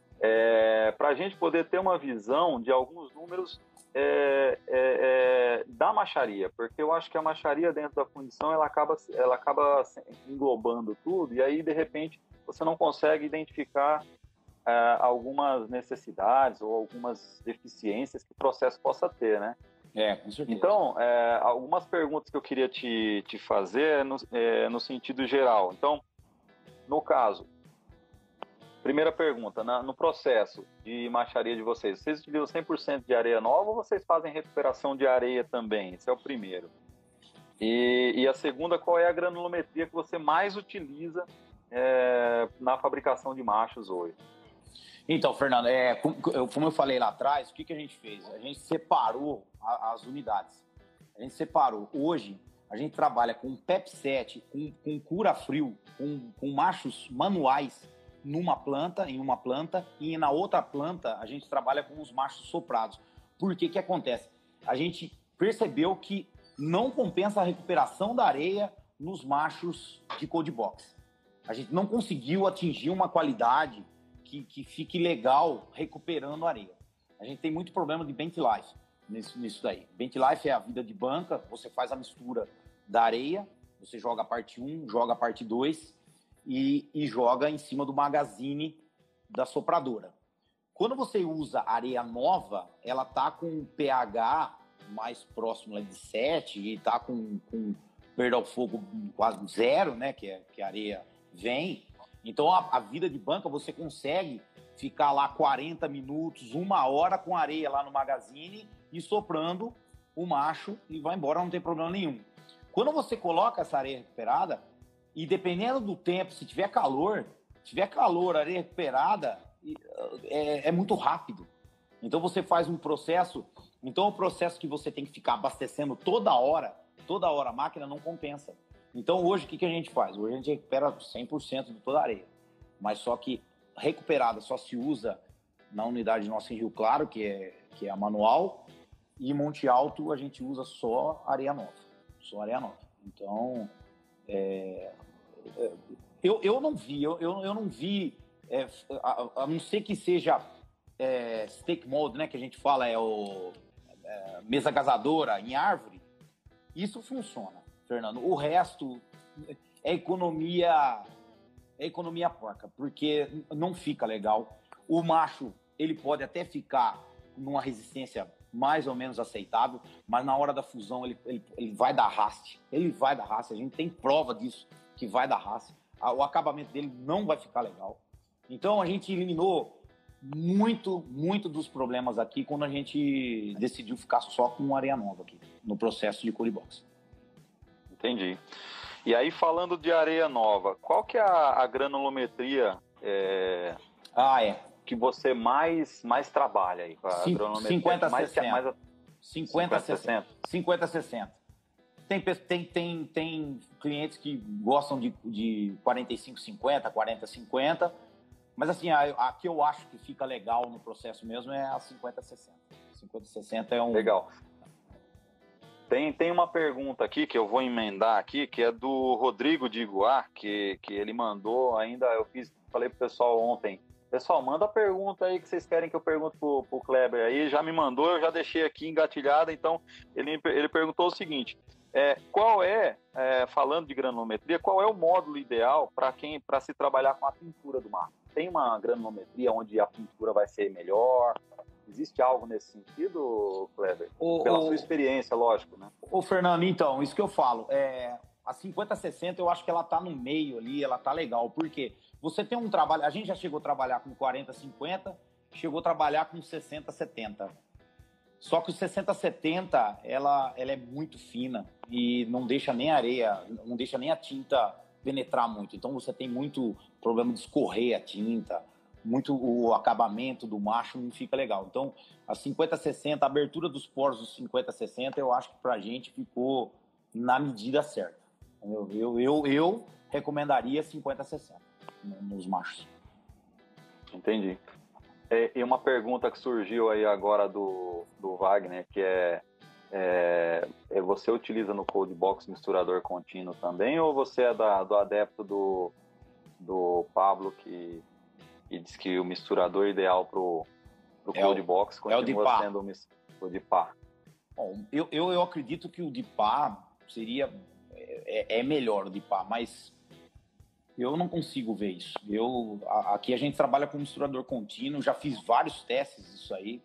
é, para a gente poder ter uma visão de alguns números É, é, é, da macharia, porque eu acho que a macharia dentro da fundição ela acaba, ela acaba englobando tudo e aí de repente você não consegue identificar é, algumas necessidades ou algumas deficiências que o processo possa ter, né? É, com certeza. Então, é, algumas perguntas que eu queria te, te fazer no, é, no sentido geral. Então, no caso, primeira pergunta, na, no processo de macharia de vocês, vocês utilizam cem por cento de areia nova ou vocês fazem recuperação de areia também? Esse é o primeiro. E, e a segunda, qual é a granulometria que você mais utiliza é, na fabricação de machos hoje? Então, Fernando, é, como eu falei lá atrás, o que, que a gente fez? A gente separou a, as unidades. A gente separou. Hoje, a gente trabalha com P E P sete, com, com cura frio, com, com machos manuais, numa planta, em uma planta, e na outra planta a gente trabalha com os machos soprados. Por que que acontece? A gente percebeu que não compensa a recuperação da areia nos machos de cold box. A gente não conseguiu atingir uma qualidade que, que fique legal recuperando a areia. A gente tem muito problema de bench life nisso, nisso daí. Bench life é a vida de banca, você faz a mistura da areia, você joga a parte um, joga a parte dois, E, e joga em cima do magazine da sopradora. Quando você usa areia nova, ela tá com um pH mais próximo de sete e tá com, com perda ao fogo quase zero, né? Que, é, que a areia vem. Então, a, a vida de banca, você consegue ficar lá quarenta minutos, uma hora com areia lá no magazine e soprando o macho e vai embora, não tem problema nenhum. Quando você coloca essa areia recuperada, e dependendo do tempo, se tiver calor, se tiver calor, areia recuperada, é, é muito rápido. Então você faz um processo, então o processo que você tem que ficar abastecendo toda hora, toda hora a máquina não compensa. Então hoje o que, que a gente faz? Hoje a gente recupera cem por cento de toda a areia. Mas só que recuperada só se usa na unidade nossa em Rio Claro, que é, que é a manual, e em Monte Alto a gente usa só areia nova. Só areia nova. Então... É, eu, eu não vi, eu, eu, eu não vi, é, a, a não ser que seja é, stake mold, né, que a gente fala, é o é, mesa gasadora em árvore, isso funciona, Fernando. O resto é economia, é economia porca, porque não fica legal. O macho, ele pode até ficar numa resistência mais ou menos aceitável, mas na hora da fusão ele, ele, ele vai dar raste, ele vai dar raste, a gente tem prova disso, que vai dar raste, o acabamento dele não vai ficar legal. Então a gente eliminou muito, muito dos problemas aqui quando a gente decidiu ficar só com areia nova aqui, no processo de cold box. Entendi. E aí, falando de areia nova, qual que é a, a granulometria é, Ah, é. que você mais, mais trabalha aí? Com a granulometria cinquenta a mais, sessenta. Mais... cinquenta a sessenta. cinquenta a sessenta. Tem, tem, tem, tem clientes que gostam de, de quarenta e cinco cinquenta, quarenta cinquenta, mas assim, a, a que eu acho que fica legal no processo mesmo é a cinquenta sessenta. cinquenta sessenta é um... Legal. Tem, tem uma pergunta aqui que eu vou emendar aqui, que é do Rodrigo de Iguá, que, que ele mandou ainda, eu fiz, falei pro pessoal ontem, pessoal, manda a pergunta aí que vocês querem que eu pergunte pro, pro Kleber aí, já me mandou, eu já deixei aqui engatilhada, então ele, ele perguntou o seguinte, é, qual é, é, falando de granulometria, qual é o módulo ideal para quem, para se trabalhar com a pintura do mar? Tem uma granulometria onde a pintura vai ser melhor? Existe algo nesse sentido, Kleber? O, Pela o, sua experiência, lógico, né? Ô, Fernando, então, isso que eu falo, é, a cinquenta sessenta eu acho que ela tá no meio ali, ela tá legal, porque você tem um trabalho, a gente já chegou a trabalhar com quarenta cinquenta, chegou a trabalhar com sessenta setenta. Só que o sessenta setenta, ela, ela é muito fina e não deixa nem a areia, não deixa nem a tinta penetrar muito. Então você tem muito problema de escorrer a tinta, muito o acabamento do macho não fica legal. Então a cinquenta sessenta, a abertura dos poros dos cinquenta sessenta, eu acho que pra gente ficou na medida certa. Eu, eu, eu, eu recomendaria cinquenta sessenta nos machos. Entendi. E uma pergunta que surgiu aí agora do, do Wagner, que é, é, é você utiliza no Cold Box misturador contínuo também, ou você é da, do adepto do, do Pablo, que, que diz que o misturador ideal para o Cold Box continua é o sendo o de pá? Bom, eu, eu, eu acredito que o de pá seria, é, é melhor o de pá, mas eu não consigo ver isso. Eu, a, aqui a gente trabalha com misturador contínuo, já fiz vários testes disso aí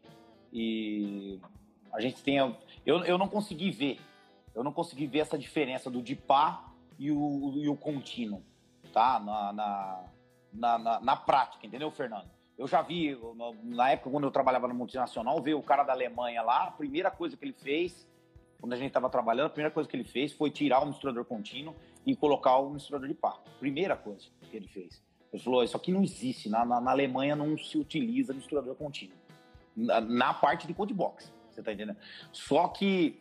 e a gente tem... Eu, eu não consegui ver, eu não consegui ver essa diferença do de pá e o, e o contínuo, tá? Na, na, na, na, na prática, entendeu, Fernando? Eu já vi, na época quando eu trabalhava no multinacional, veio o cara da Alemanha lá, a primeira coisa que ele fez, quando a gente estava trabalhando, a primeira coisa que ele fez foi tirar o misturador contínuo e colocar o misturador de pá. Primeira coisa que ele fez. Ele falou, isso aqui não existe, na, na, na Alemanha não se utiliza misturador contínuo. Na, na parte de cold box, você tá entendendo? Só que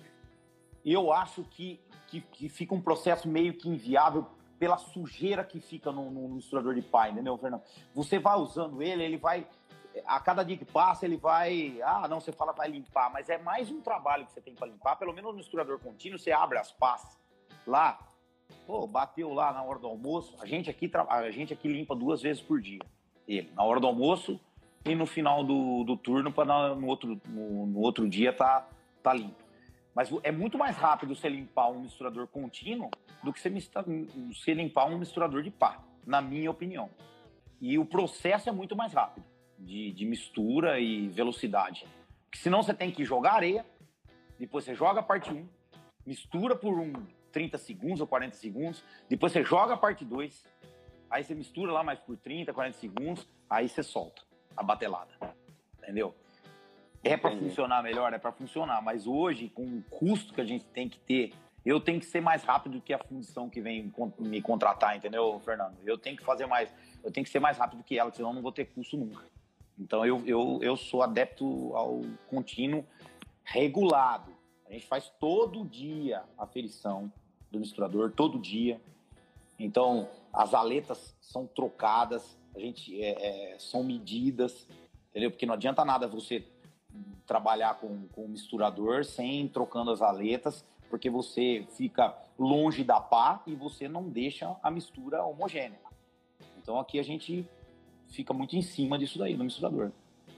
eu acho que, que, que fica um processo meio que inviável pela sujeira que fica no, no misturador de pá, entendeu, Fernando? Você vai usando ele, ele vai... A cada dia que passa, ele vai... Ah, não, você fala vai limpar, mas é mais um trabalho que você tem para limpar. Pelo menos no misturador contínuo, você abre as pás lá, pô, bateu lá na hora do almoço. A gente aqui, a gente aqui limpa duas vezes por dia. Ele, na hora do almoço e no final do, do turno, para no outro, no, no outro dia tá, tá limpo. Mas é muito mais rápido você limpar um misturador contínuo do que você, você limpar um misturador de pá, na minha opinião. E o processo é muito mais rápido, de, de mistura e velocidade. Porque senão você tem que jogar areia, depois você joga a parte um, mistura por um trinta segundos ou quarenta segundos, depois você joga a parte dois, aí você mistura lá mais por trinta, quarenta segundos, aí você solta a batelada, entendeu? É para funcionar melhor, é para funcionar, mas hoje, com o custo que a gente tem que ter, eu tenho que ser mais rápido que a fundição que vem me contratar, entendeu, Fernando? Eu tenho que fazer mais, eu tenho que ser mais rápido que ela, senão eu não vou ter custo nunca. Então eu, eu, eu sou adepto ao contínuo regulado. A gente faz todo dia a aferição do misturador, todo dia. Então as aletas são trocadas, a gente é, é, são medidas, entendeu? Porque não adianta nada você trabalhar com, com o misturador sem trocando as aletas, porque você fica longe da pá e você não deixa a mistura homogênea. Então aqui a gente fica muito em cima disso daí, no misturador.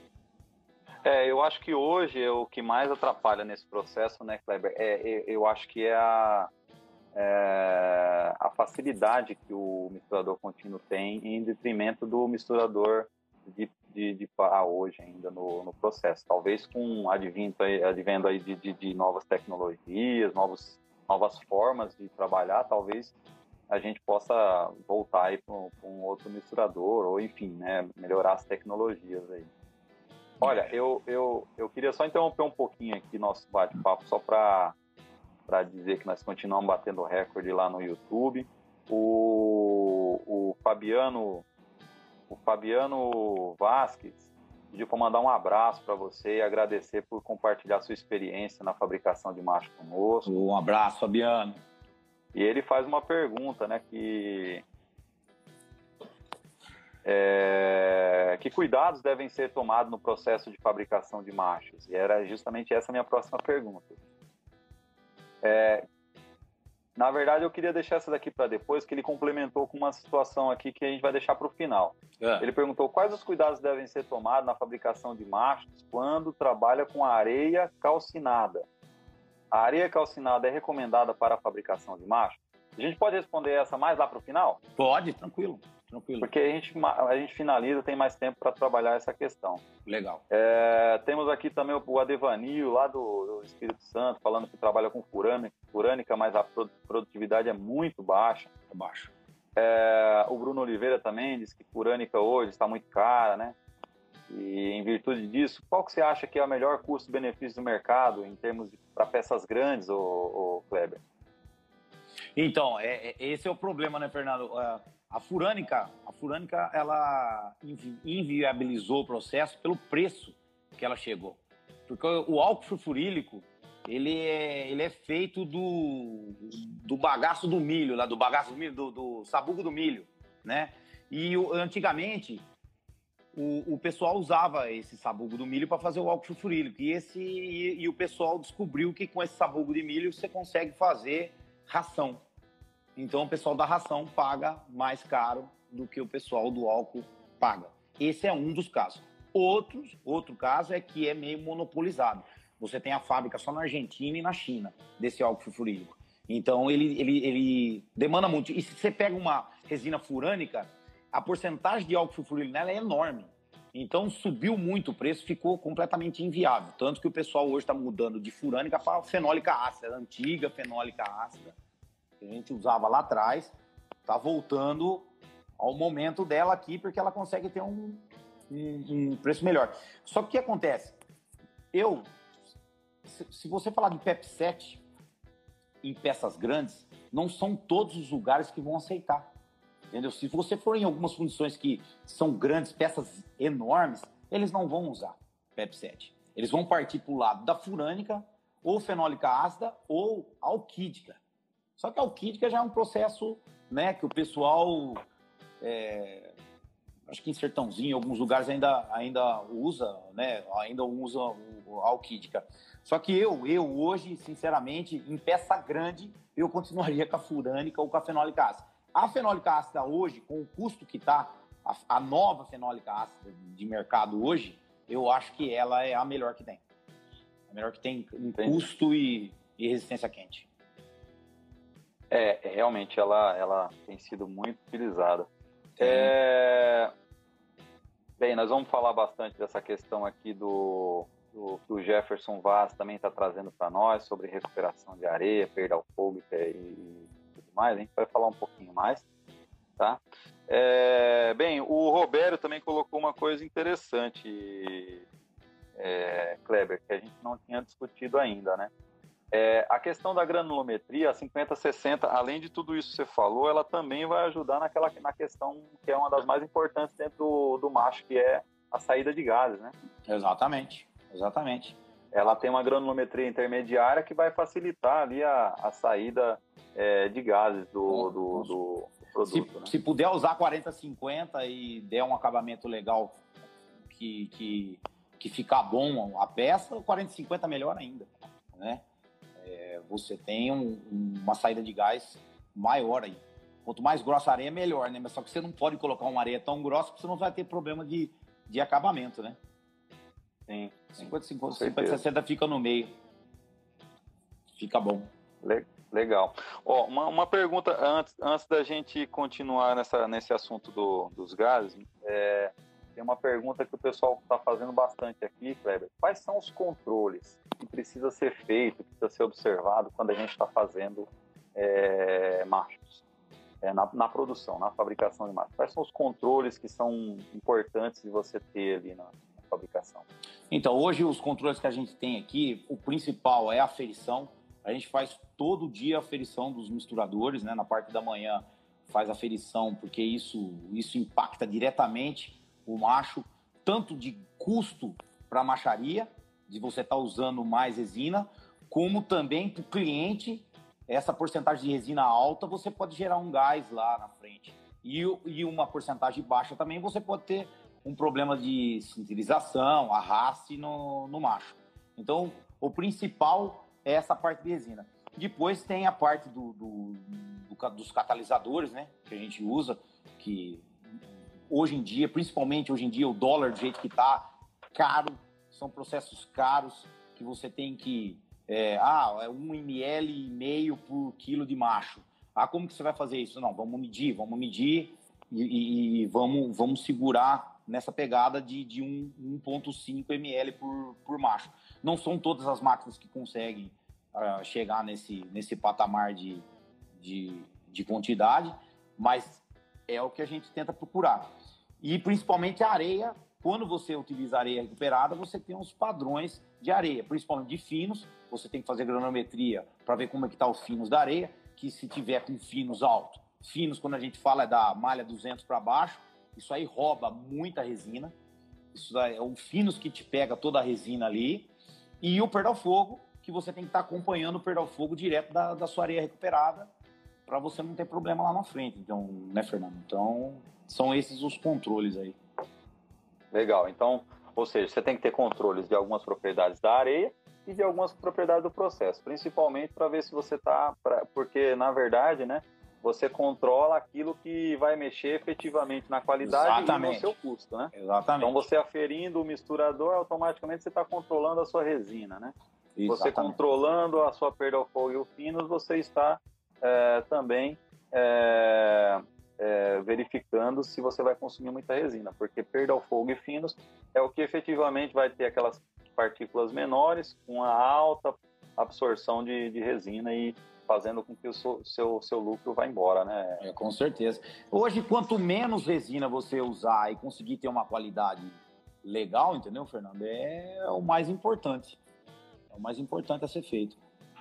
É, eu acho que hoje o que mais atrapalha nesse processo, né, Kleber, é, eu acho que é a, é a facilidade que o misturador contínuo tem em detrimento do misturador de, de, de pá hoje ainda no, no processo. Talvez com advindo aí, advendo aí de, de, de novas tecnologias, novos, novas formas de trabalhar, talvez a gente possa voltar aí para um, um outro misturador, ou enfim, né, melhorar as tecnologias aí. Olha, eu, eu, eu queria só interromper um pouquinho aqui nosso bate-papo, só para para dizer que nós continuamos batendo recorde lá no YouTube. O, o Fabiano, o Fabiano Vasquez pediu para mandar um abraço para você e agradecer por compartilhar sua experiência na fabricação de macho conosco. Um abraço, Fabiano. E ele faz uma pergunta, né, que é, que cuidados devem ser tomados no processo de fabricação de machos? E era justamente essa a minha próxima pergunta. É, na verdade, eu queria deixar essa daqui para depois, que ele complementou com uma situação aqui que a gente vai deixar para o final. É. Ele perguntou quais os cuidados devem ser tomados na fabricação de machos quando trabalha com areia calcinada. A areia calcinada é recomendada para a fabricação de machos? A gente pode responder essa mais lá para o final? Pode, tranquilo. Tranquilo. Porque a gente, a gente finaliza, tem mais tempo para trabalhar essa questão. Legal. É, temos aqui também o Adevanil, lá do, do Espírito Santo, falando que trabalha com furânica, furânica mas a produtividade é muito baixa. É baixa. É, o Bruno Oliveira também diz que furânica hoje está muito cara, né? E em virtude disso, qual que você acha que é o melhor custo-benefício do mercado em termos para peças grandes, ô, ô Kleber? Então, é, é, esse é o problema, né, Fernando? Uh, A furânica, a furânica, ela invi inviabilizou o processo pelo preço que ela chegou. Porque o álcool sulfurílico, ele é, ele é feito do, do bagaço do milho, lá, do bagaço do milho, do, do sabugo do milho, né? E o, antigamente, o, o pessoal usava esse sabugo do milho para fazer o álcool sulfurílico. E, esse, e, e o pessoal descobriu que com esse sabugo de milho você consegue fazer ração. Então, o pessoal da ração paga mais caro do que o pessoal do álcool paga. Esse é um dos casos. Outros, outro caso é que é meio monopolizado. Você tem a fábrica só na Argentina e na China desse álcool sulfurílico. Então, ele, ele, ele demanda muito. E se você pega uma resina furânica, a porcentagem de álcool sulfurílico nela é enorme. Então, subiu muito o preço, ficou completamente inviável. Tanto que o pessoal hoje está mudando de furânica para fenólica ácida, antiga fenólica ácida, que a gente usava lá atrás, está voltando ao momento dela aqui, porque ela consegue ter um, um, um preço melhor. Só que o que acontece? Eu, se, se você falar de P E P sete em peças grandes, não são todos os lugares que vão aceitar. Entendeu? Se você for em algumas fundições que são grandes, peças enormes, eles não vão usar P E P sete. Eles vão partir para o lado da furânica, ou fenólica ácida, ou alquídica. Só que a alquídica já é um processo, né, que o pessoal, é, acho que em Sertãozinho, em alguns lugares ainda, ainda usa, né, ainda usa a alquídica. Só que eu, eu hoje, sinceramente, em peça grande, eu continuaria com a furânica ou com a fenólica ácida. A fenólica ácida hoje, com o custo que está, a, a nova fenólica ácida de mercado hoje, eu acho que ela é a melhor que tem. A melhor que tem em custo e, e resistência quente. É, realmente ela, ela tem sido muito utilizada. É... Bem, nós vamos falar bastante dessa questão aqui do, do que o Jefferson Vaz também está trazendo para nós, sobre recuperação de areia, perda alcoólica e, e tudo mais. A gente vai falar um pouquinho mais, tá? É... Bem, o Roberto também colocou uma coisa interessante, é, Kleber, que a gente não tinha discutido ainda, né? É, a questão da granulometria, a cinquenta sessenta, além de tudo isso que você falou, ela também vai ajudar naquela, na questão que é uma das mais importantes dentro do, do macho, que é a saída de gases, né? Exatamente, exatamente. Ela tem uma granulometria intermediária que vai facilitar ali a, a saída é, de gases do, do, do, do produto. Se, né? se puder usar quarenta cinquenta e der um acabamento legal que, que, que ficar bom a peça, o quarenta cinquenta melhor ainda, né? É, você tem um, uma saída de gás maior aí. Quanto mais grossa a areia, melhor, né? Mas só que você não pode colocar uma areia tão grossa que você não vai ter problema de, de acabamento, né? Sim. cinquenta, cinquenta, cinquenta, sessenta fica no meio. Fica bom. Legal. Ó, uma, uma pergunta antes, antes da gente continuar nessa, nesse assunto do, dos gases. É, tem uma pergunta que o pessoal está fazendo bastante aqui, Kleber. Quais são os controles que precisa ser feito, que precisa ser observado quando a gente está fazendo é, machos? É, na, na produção, na fabricação de machos. Quais são os controles que são importantes de você ter ali na, na fabricação? Então, hoje os controles que a gente tem aqui, o principal é a aferição. A gente faz todo dia a aferição dos misturadores, né? Na parte da manhã faz a aferição, porque isso, isso impacta diretamente o macho, tanto de custo para a macharia, de você estar tá usando mais resina, como também para o cliente, essa porcentagem de resina alta, você pode gerar um gás lá na frente. E, e uma porcentagem baixa também, você pode ter um problema de sintetização, arraste no, no macho. Então, o principal é essa parte de resina. Depois tem a parte do, do, do, dos catalisadores, né, que a gente usa, que hoje em dia, principalmente hoje em dia, o dólar do jeito que está, caro, são processos caros que você tem que... É, ah, é um mililitro e meio por quilo de macho. Ah, como que você vai fazer isso? Não, vamos medir, vamos medir e, e, e vamos, vamos segurar nessa pegada de, de um vírgula cinco mililitros por, por macho. Não são todas as máquinas que conseguem uh, chegar nesse, nesse patamar de, de, de quantidade, mas é o que a gente tenta procurar. E principalmente a areia, quando você utiliza areia recuperada, você tem uns padrões de areia, principalmente de finos. Você tem que fazer granometria para ver como é que está os finos da areia, que se tiver com finos alto, finos quando a gente fala é da malha duzentos para baixo, isso aí rouba muita resina. Isso daí é o finos que te pega toda a resina ali. E o perdão-fogo, que você tem que estar tá acompanhando o perdão-fogo direto da, da sua areia recuperada, para você não ter problema lá na frente. Então, né, Fernando? Então, são esses os controles aí. Legal. Então, ou seja, você tem que ter controles de algumas propriedades da areia e de algumas propriedades do processo, principalmente para ver se você está... Porque, na verdade, né, você controla aquilo que vai mexer efetivamente na qualidade Exatamente. E no seu custo, né? Exatamente. Então, você aferindo o misturador, automaticamente você está controlando a sua resina, né? Exatamente. Você controlando a sua perda ao fogo e o finos, você está é, também é, é, verificando se você vai consumir muita resina, porque perda ao fogo e finos é o que efetivamente vai ter aquelas partículas menores com a alta absorção de, de resina e fazendo com que o seu, seu, seu lucro vá embora, né? É, com certeza. Hoje, quanto menos resina você usar e conseguir ter uma qualidade legal, entendeu, Fernando? É o mais importante. É o mais importante a ser feito.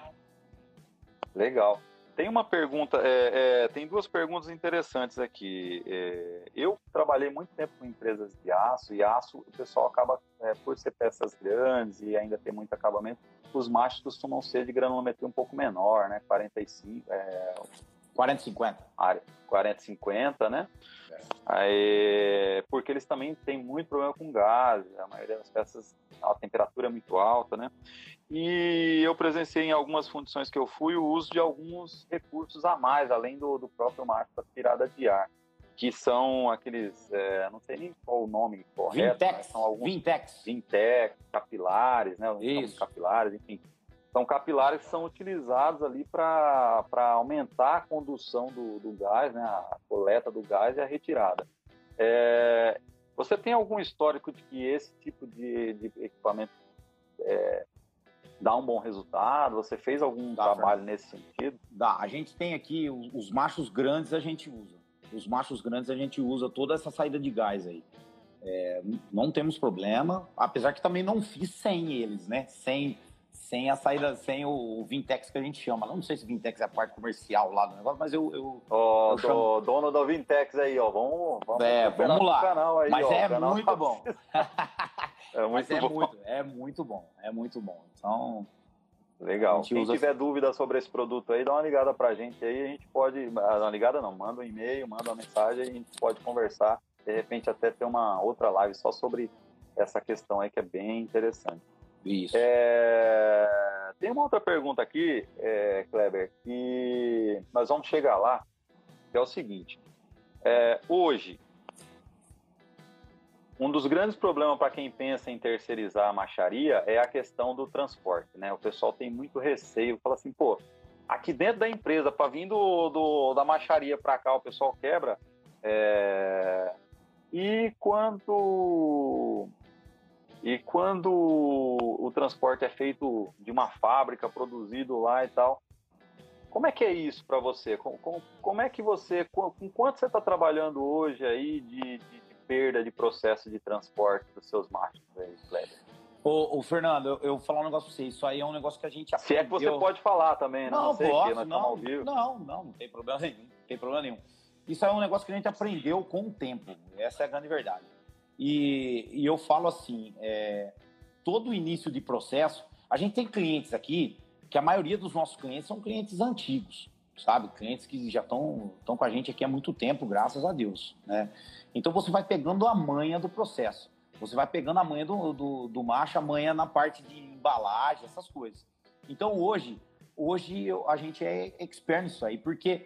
Legal. Tem uma pergunta, é, é, tem duas perguntas interessantes aqui. É, eu trabalhei muito tempo com empresas de aço, e aço o pessoal acaba, é, por ser peças grandes e ainda ter muito acabamento, os machos costumam ser de granulometria um pouco menor, né? quarenta e cinco, é, quarenta e cinquenta. quarenta e cinquenta, né? É. Aí, porque eles também têm muito problema com gás, a maioria das peças, a temperatura é muito alta, né? E eu presenciei em algumas fundições que eu fui o uso de alguns recursos a mais, além do, do próprio macho para tirada de ar, que são aqueles, é, não sei nem qual o nome correto, Vintex, são alguns Vintex, Vintex, capilares, né? Isso. Capilares, enfim. São capilares que são utilizados ali para aumentar a condução do, do gás, né? A coleta do gás e a retirada. É, você tem algum histórico de que esse tipo de, de equipamento é, dá um bom resultado? Você fez algum dá, trabalho Fernando. Nesse sentido? Dá. A gente tem aqui, os, os machos grandes a gente usa. Os machos grandes a gente usa toda essa saída de gás aí. É, não temos problema, apesar que também não fiz sem eles, né? Sem, sem a saída, sem o, o Vintex que a gente chama. Não sei se Vintex é a parte comercial lá do negócio, mas eu... eu, oh, eu do, chamo... dono do Vintex aí, ó. Vamos, vamos, é, vamos lá. Canal aí, mas ó, é canal muito tá... bom. é muito mas é bom. muito, é muito bom. É muito bom. Então... Legal. Quem usa... tiver dúvida sobre esse produto aí, dá uma ligada pra gente aí, a gente pode... Uma ligada não, manda um e-mail, manda uma mensagem, a gente pode conversar, de repente até ter uma outra live só sobre essa questão aí que é bem interessante. Isso. É... Tem uma outra pergunta aqui, é, Kleber, que nós vamos chegar lá, que é o seguinte, é, hoje, um dos grandes problemas para quem pensa em terceirizar a macharia é a questão do transporte, né? O pessoal tem muito receio, fala assim, pô, aqui dentro da empresa, para vir do, do, da macharia para cá, o pessoal quebra. É... E quando e quando o transporte é feito de uma fábrica, produzido lá e tal, como é que é isso para você? Como, como, como é que você, com, com quanto você está trabalhando hoje aí de, de perda de processo de transporte dos seus machos aí, Kleber? Ô, ô Fernando, eu, eu vou falar um negócio pra você. Isso aí é um negócio que a gente Se é que você pode falar também, né? Não, Não sei, posso, porque nós estamos ao não, vivo. não, não, não tem problema nenhum, não tem problema nenhum. Isso aí é um negócio que a gente aprendeu com o tempo, essa é a grande verdade. E, e eu falo assim, é, todo início de processo, a gente tem clientes aqui, que a maioria dos nossos clientes são clientes antigos, sabe? Clientes que já estão estão com a gente aqui há muito tempo, graças a Deus, né? Então você vai pegando a manha do processo. Você vai pegando a manha do, do, do macho, a manha na parte de embalagem, essas coisas. Então hoje, hoje eu, a gente é expert nisso aí, porque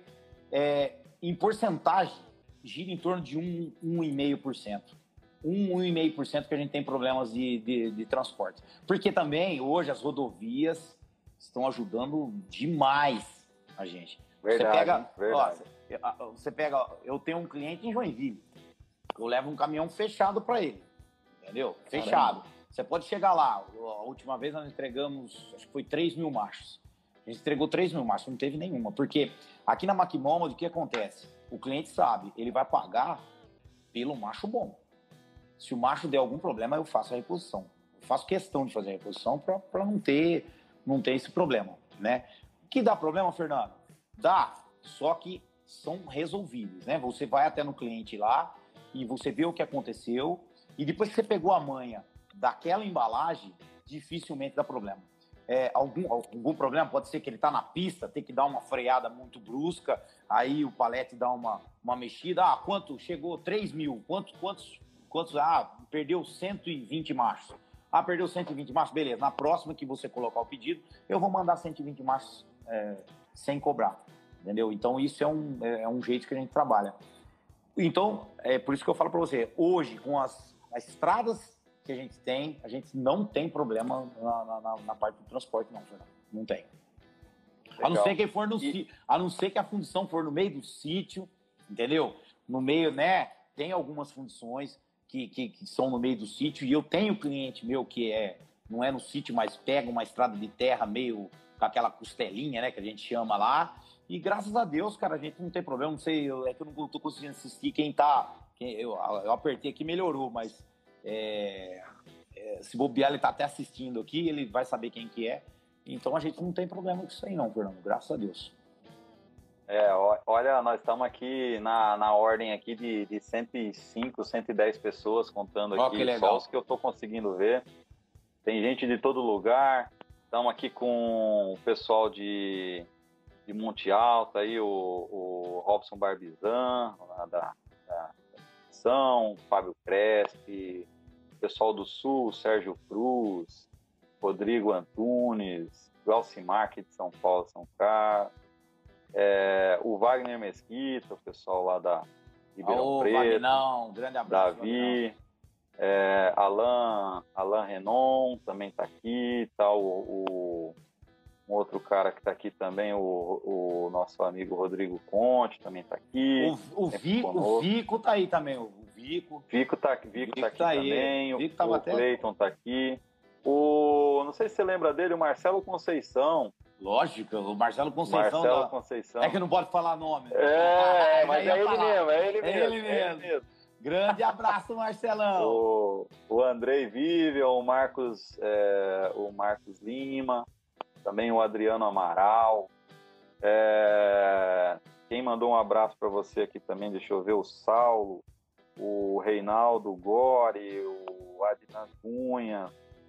é, em porcentagem gira em torno de um, um vírgula cinco por cento. um, um vírgula cinco por cento que a gente tem problemas de, de, de transporte. Porque também hoje as rodovias estão ajudando demais a gente. Verdade, você pega, verdade. Ó, você pega, eu tenho um cliente em Joinville, eu levo um caminhão fechado para ele. Entendeu? Fechado. Caramba. Você pode chegar lá. A última vez nós entregamos, acho que foi três mil machos. A gente entregou três mil machos, não teve nenhuma. Porque aqui na McMomod, o que acontece? O cliente sabe, ele vai pagar pelo macho bom. Se o macho der algum problema, eu faço a reposição. Eu faço questão de fazer a reposição para não ter, não ter esse problema, né? O que dá problema, Fernando? Dá, só que são resolvíveis, né? Você vai até no cliente lá e você vê o que aconteceu. E depois que você pegou a manha daquela embalagem, dificilmente dá problema. É, algum, algum problema pode ser que ele está na pista, tem que dar uma freada muito brusca, aí o palete dá uma, uma mexida. Ah, quanto? Chegou três mil. Quantos, quantos, quantos? Ah, perdeu cento e vinte machos. Ah, perdeu cento e vinte machos? Beleza. Na próxima que você colocar o pedido, eu vou mandar cento e vinte machos é, sem cobrar. Entendeu? Então, isso é um, é um jeito que a gente trabalha. Então, é por isso que eu falo para você, hoje, com as As estradas que a gente tem, a gente não tem problema na, na, na parte do transporte, não, Fernando. Não tem. Legal. A não ser que for no e... a não ser que a fundição for no meio do sítio, entendeu? No meio, né? Tem algumas fundições que, que, que são no meio do sítio, e eu tenho cliente meu que é, não é no sítio, mas pega uma estrada de terra meio com aquela costelinha, né? Que a gente chama lá. E graças a Deus, cara, a gente não tem problema. Não sei, eu, é que eu não tô conseguindo assistir quem tá. Eu, eu apertei aqui, melhorou, mas é, é, se bobear, ele tá até assistindo aqui, ele vai saber quem que é. Então a gente não tem problema com isso aí não, Fernando, graças a Deus. É, olha, nós estamos aqui na, na ordem aqui de, de cento e cinco, cento e dez pessoas contando aqui, oh, só os que eu tô conseguindo ver. Tem gente de todo lugar, estamos aqui com o pessoal de, de Monte Alto, aí, o, o Robson Barbizan, lá da, da São, Fábio Crespi, pessoal do Sul, Sérgio Cruz, Rodrigo Antunes, Glaucimar aqui de São Paulo, São Carlos, é, o Wagner Mesquita, o pessoal lá da Ribeirão Preto, Vagnão, grande abraço, Davi, é, Alain, Alain Renon também está aqui, tá o, o um outro cara que está aqui também, o, o nosso amigo Rodrigo Conte também está aqui. O, o, Vico, o Vico tá aí também, o Vico. Vico tá, Vico Vico tá aqui tá também, Vico o, o Cleiton tá aqui. O, não sei se você lembra dele, o Marcelo Conceição. Lógico, o Marcelo Conceição. Marcelo da... Conceição. É que não pode falar nome. É, mas é ele, mesmo, é ele mesmo, é ele mesmo. É ele mesmo. Grande abraço, Marcelão. O, o Andrei Vivian, o Marcos, é, o Marcos Lima, também o Adriano Amaral. É, quem mandou um abraço para você aqui também, deixa eu ver, o Saulo, o Reinaldo Gori, o Adnan Cunha,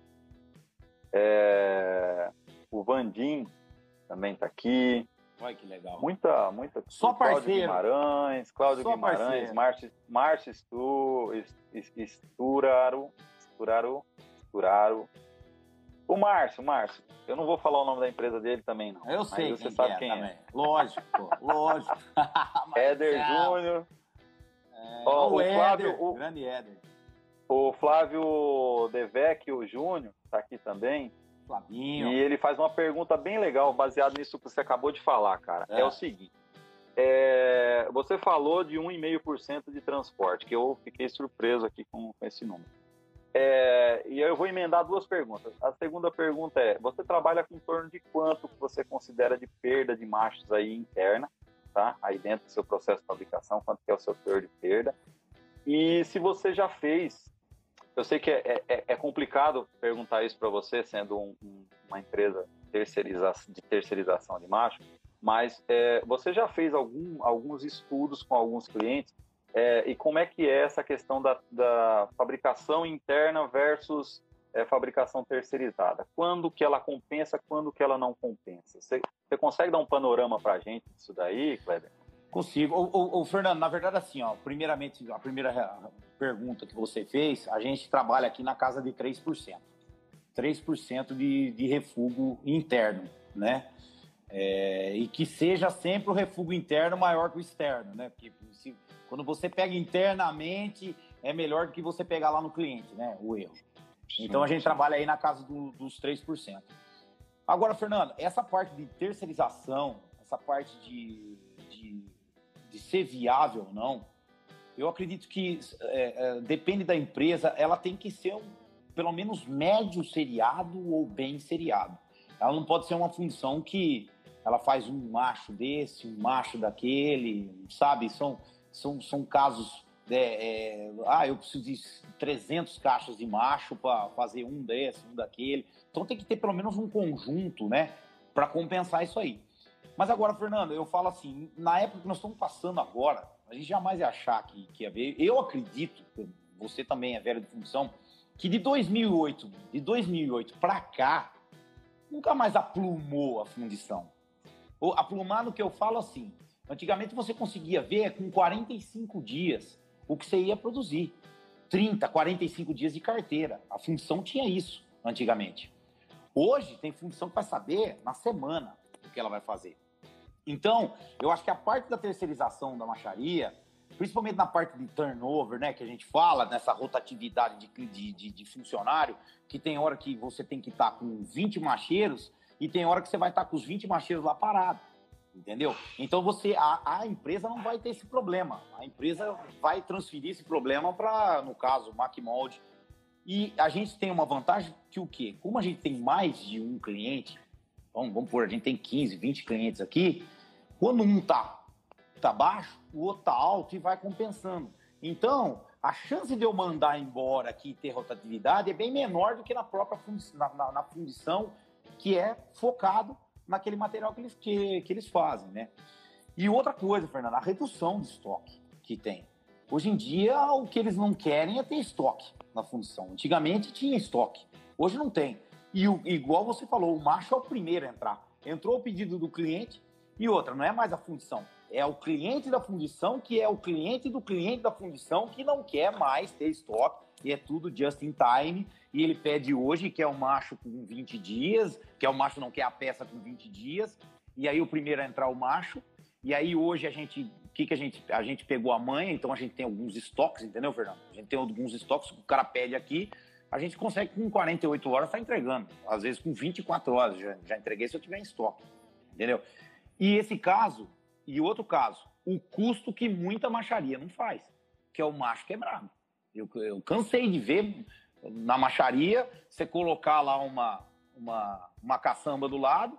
é, o Vandim também está aqui. Olha que legal. Muita, muita. Só Cláudio parceiro. Guimarães, Cláudio Só Guimarães, Márcio, Márcio Estu, Esturaro, Esturaro, Esturaro. O Márcio, Márcio. Eu não vou falar o nome da empresa dele também, não. Eu sei mas você quem sabe é, quem também. é. Lógico, pô, lógico. Éder Júnior. É, Ó, o, o Éder, Flávio, o, grande Éder. O Flávio Devecchio Júnior está aqui também. Flavinho. E ele faz uma pergunta bem legal, baseado nisso que você acabou de falar, cara. É, é o seguinte. É, você falou de um vírgula cinco por cento de transporte, que eu fiquei surpreso aqui com, com esse número. É, e eu vou emendar duas perguntas. A segunda pergunta é, você trabalha com em torno de quanto que você considera de perda de machos aí interna, tá? Aí dentro do seu processo de fabricação, quanto que é o seu teor de perda? E se você já fez eu sei que é, é, é complicado perguntar isso para você, sendo um, um, uma empresa terceiriza, de terceirização de macho, mas é, você já fez algum, alguns estudos com alguns clientes, é, e como é que é essa questão da, da fabricação interna versus é, fabricação terceirizada? Quando que ela compensa, quando que ela não compensa? Você, você consegue dar um panorama para a gente disso daí, Kleber? Consigo. Ô, ô, ô, Fernando, na verdade, assim, ó, primeiramente, a primeira pergunta que você fez, a gente trabalha aqui na casa de três por cento. três por cento de, de refúgio interno, né? É, e que seja sempre o refúgio interno maior que o externo, né? Porque se, quando você pega internamente, é melhor do que você pegar lá no cliente, né? O erro. Então, a gente trabalha aí na casa do, dos três por cento. Agora, Fernando, essa parte de terceirização, essa parte de, de, de ser viável ou não, eu acredito que é, é, depende da empresa, ela tem que ser um, pelo menos médio seriado ou bem seriado. Ela não pode ser uma função que ela faz um macho desse, um macho daquele, sabe? São, são, são casos... É, é, ah, eu preciso de trezentos caixas de macho para fazer um desse, um daquele. Então tem que ter pelo menos um conjunto, né? Para compensar isso aí. Mas agora, Fernando, eu falo assim, na época que nós estamos passando agora, a gente jamais ia achar que, que ia ver. Eu acredito, você também é velho de função, que de dois mil e oito, de dois mil e oito para cá, nunca mais aplumou a fundição. Ou aplumar no que eu falo assim, antigamente você conseguia ver com quarenta e cinco dias o que você ia produzir. trinta, quarenta e cinco dias de carteira. A fundição tinha isso antigamente. Hoje tem fundição que vai saber na semana o que ela vai fazer. Então, eu acho que a parte da terceirização da macharia, principalmente na parte de turnover, né, que a gente fala, nessa rotatividade de, de, de, de funcionário, que tem hora que você tem que estar com vinte macheiros e tem hora que você vai estar com os vinte macheiros lá parados, entendeu? Então, você, a, a empresa não vai ter esse problema. A empresa vai transferir esse problema para, no caso, o MacMold. E a gente tem uma vantagem que o quê? Como a gente tem mais de um cliente, vamos, vamos pôr, a gente tem quinze, vinte clientes aqui, quando um tá, tá baixo, o outro tá alto e vai compensando. Então, a chance de eu mandar embora aqui e ter rotatividade é bem menor do que na própria fundição, na, na, na fundição, que é focado naquele material que eles, que, que eles fazem, né? E outra coisa, Fernando, a redução de estoque que tem. Hoje em dia, o que eles não querem é ter estoque na fundição. Antigamente tinha estoque, hoje não tem. E o, igual você falou, o macho é o primeiro a entrar. Entrou o pedido do cliente e outra, não é mais a fundição. É o cliente da fundição que é o cliente do cliente da fundição que não quer mais ter estoque e é tudo just in time. E ele pede hoje, quer o macho com vinte dias, quer o macho não quer a peça com vinte dias. E aí o primeiro a entrar o macho. E aí hoje a gente, o que que a gente, a gente pegou a manha, então a gente tem alguns estoques, entendeu, Fernando? A gente tem alguns estoques, o cara pede aqui, a gente consegue com quarenta e oito horas estar tá entregando. Às vezes com vinte e quatro horas, já, já entreguei se eu tiver em estoque, entendeu? E esse caso, e outro caso, o custo que muita macharia não faz, que é o macho quebrado. Eu, eu cansei de ver na macharia, você colocar lá uma, uma, uma caçamba do lado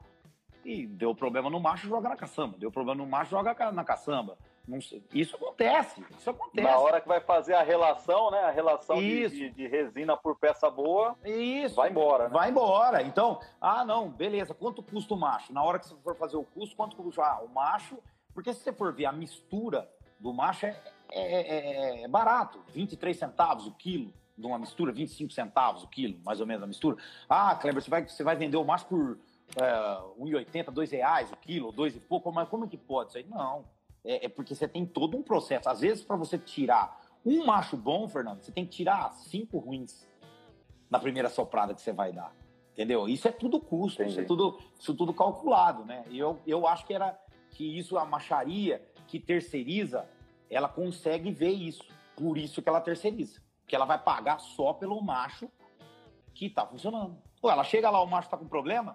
e deu problema no macho, joga na caçamba. Deu problema no macho, joga na caçamba. Não sei. Isso acontece, isso acontece. Na hora que vai fazer a relação, né? A relação de, de, de resina por peça boa, isso. Vai embora, né? Vai embora. Então, ah, não, beleza, quanto custa o macho? Na hora que você for fazer o custo, quanto custa ah, o macho? Porque se você for ver a mistura do macho, é, é, é, é barato, vinte e três centavos o quilo de uma mistura, vinte e cinco centavos o quilo, mais ou menos, a mistura. Ah, Kleber, você vai, você vai vender o macho por é, um real e oitenta, dois reais o quilo, dois e pouco, mas como é que pode isso aí? Não. É, é porque você tem todo um processo. Às vezes, para você tirar um macho bom, Fernando, você tem que tirar cinco ruins na primeira soprada que você vai dar. Entendeu? Isso é tudo custo, isso é tudo, isso tudo calculado, né? E eu, eu acho que era que isso, a macharia que terceiriza, ela consegue ver isso. Por isso que ela terceiriza. Que ela vai pagar só pelo macho que tá funcionando. Pô, ela chega lá, o macho tá com problema,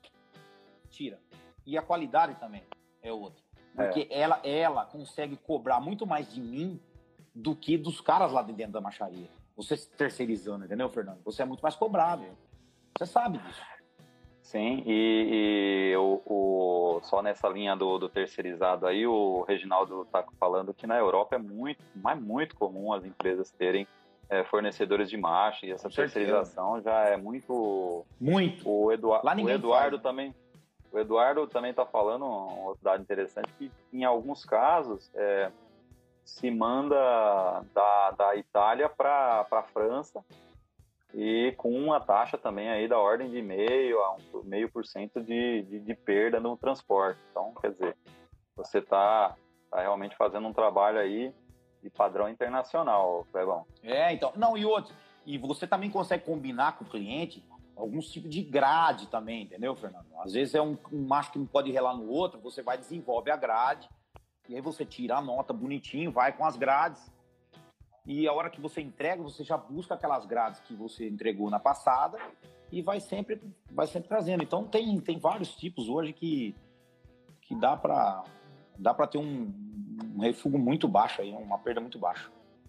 tira. E a qualidade também é outra. Porque é. ela, ela consegue cobrar muito mais de mim do que dos caras lá de dentro da macharia. Você terceirizando, entendeu, Fernando? Você é muito mais cobrado. Você sabe disso. Sim, e, e o, o, só nessa linha do, do terceirizado aí, o Reginaldo tá falando que na Europa é muito, mas muito comum as empresas terem é, fornecedores de macho, e essa terceirização já é muito... Muito. O, Edu... Lá o Eduardo faz, né? também... O Eduardo também está falando, uma outra dado interessante, que em alguns casos é, se manda da, da Itália para a França, e com uma taxa também aí da ordem de meio a um, meio por cento de, de, de perda no transporte. Então, quer dizer, você está tá realmente fazendo um trabalho aí de padrão internacional, Clebão. É, então. Não, e outro. E você também consegue combinar com o cliente alguns tipos de grade também, entendeu, Fernando? Às vezes é um, um macho que não pode relar no outro, você vai desenvolve a grade, e aí você tira a nota bonitinho, vai com as grades, e a hora que você entrega, você já busca aquelas grades que você entregou na passada e vai sempre, vai sempre trazendo. Então tem, tem vários tipos hoje que, que dá para dá para ter um, um refúgio muito baixo aí, uma perda muito baixa.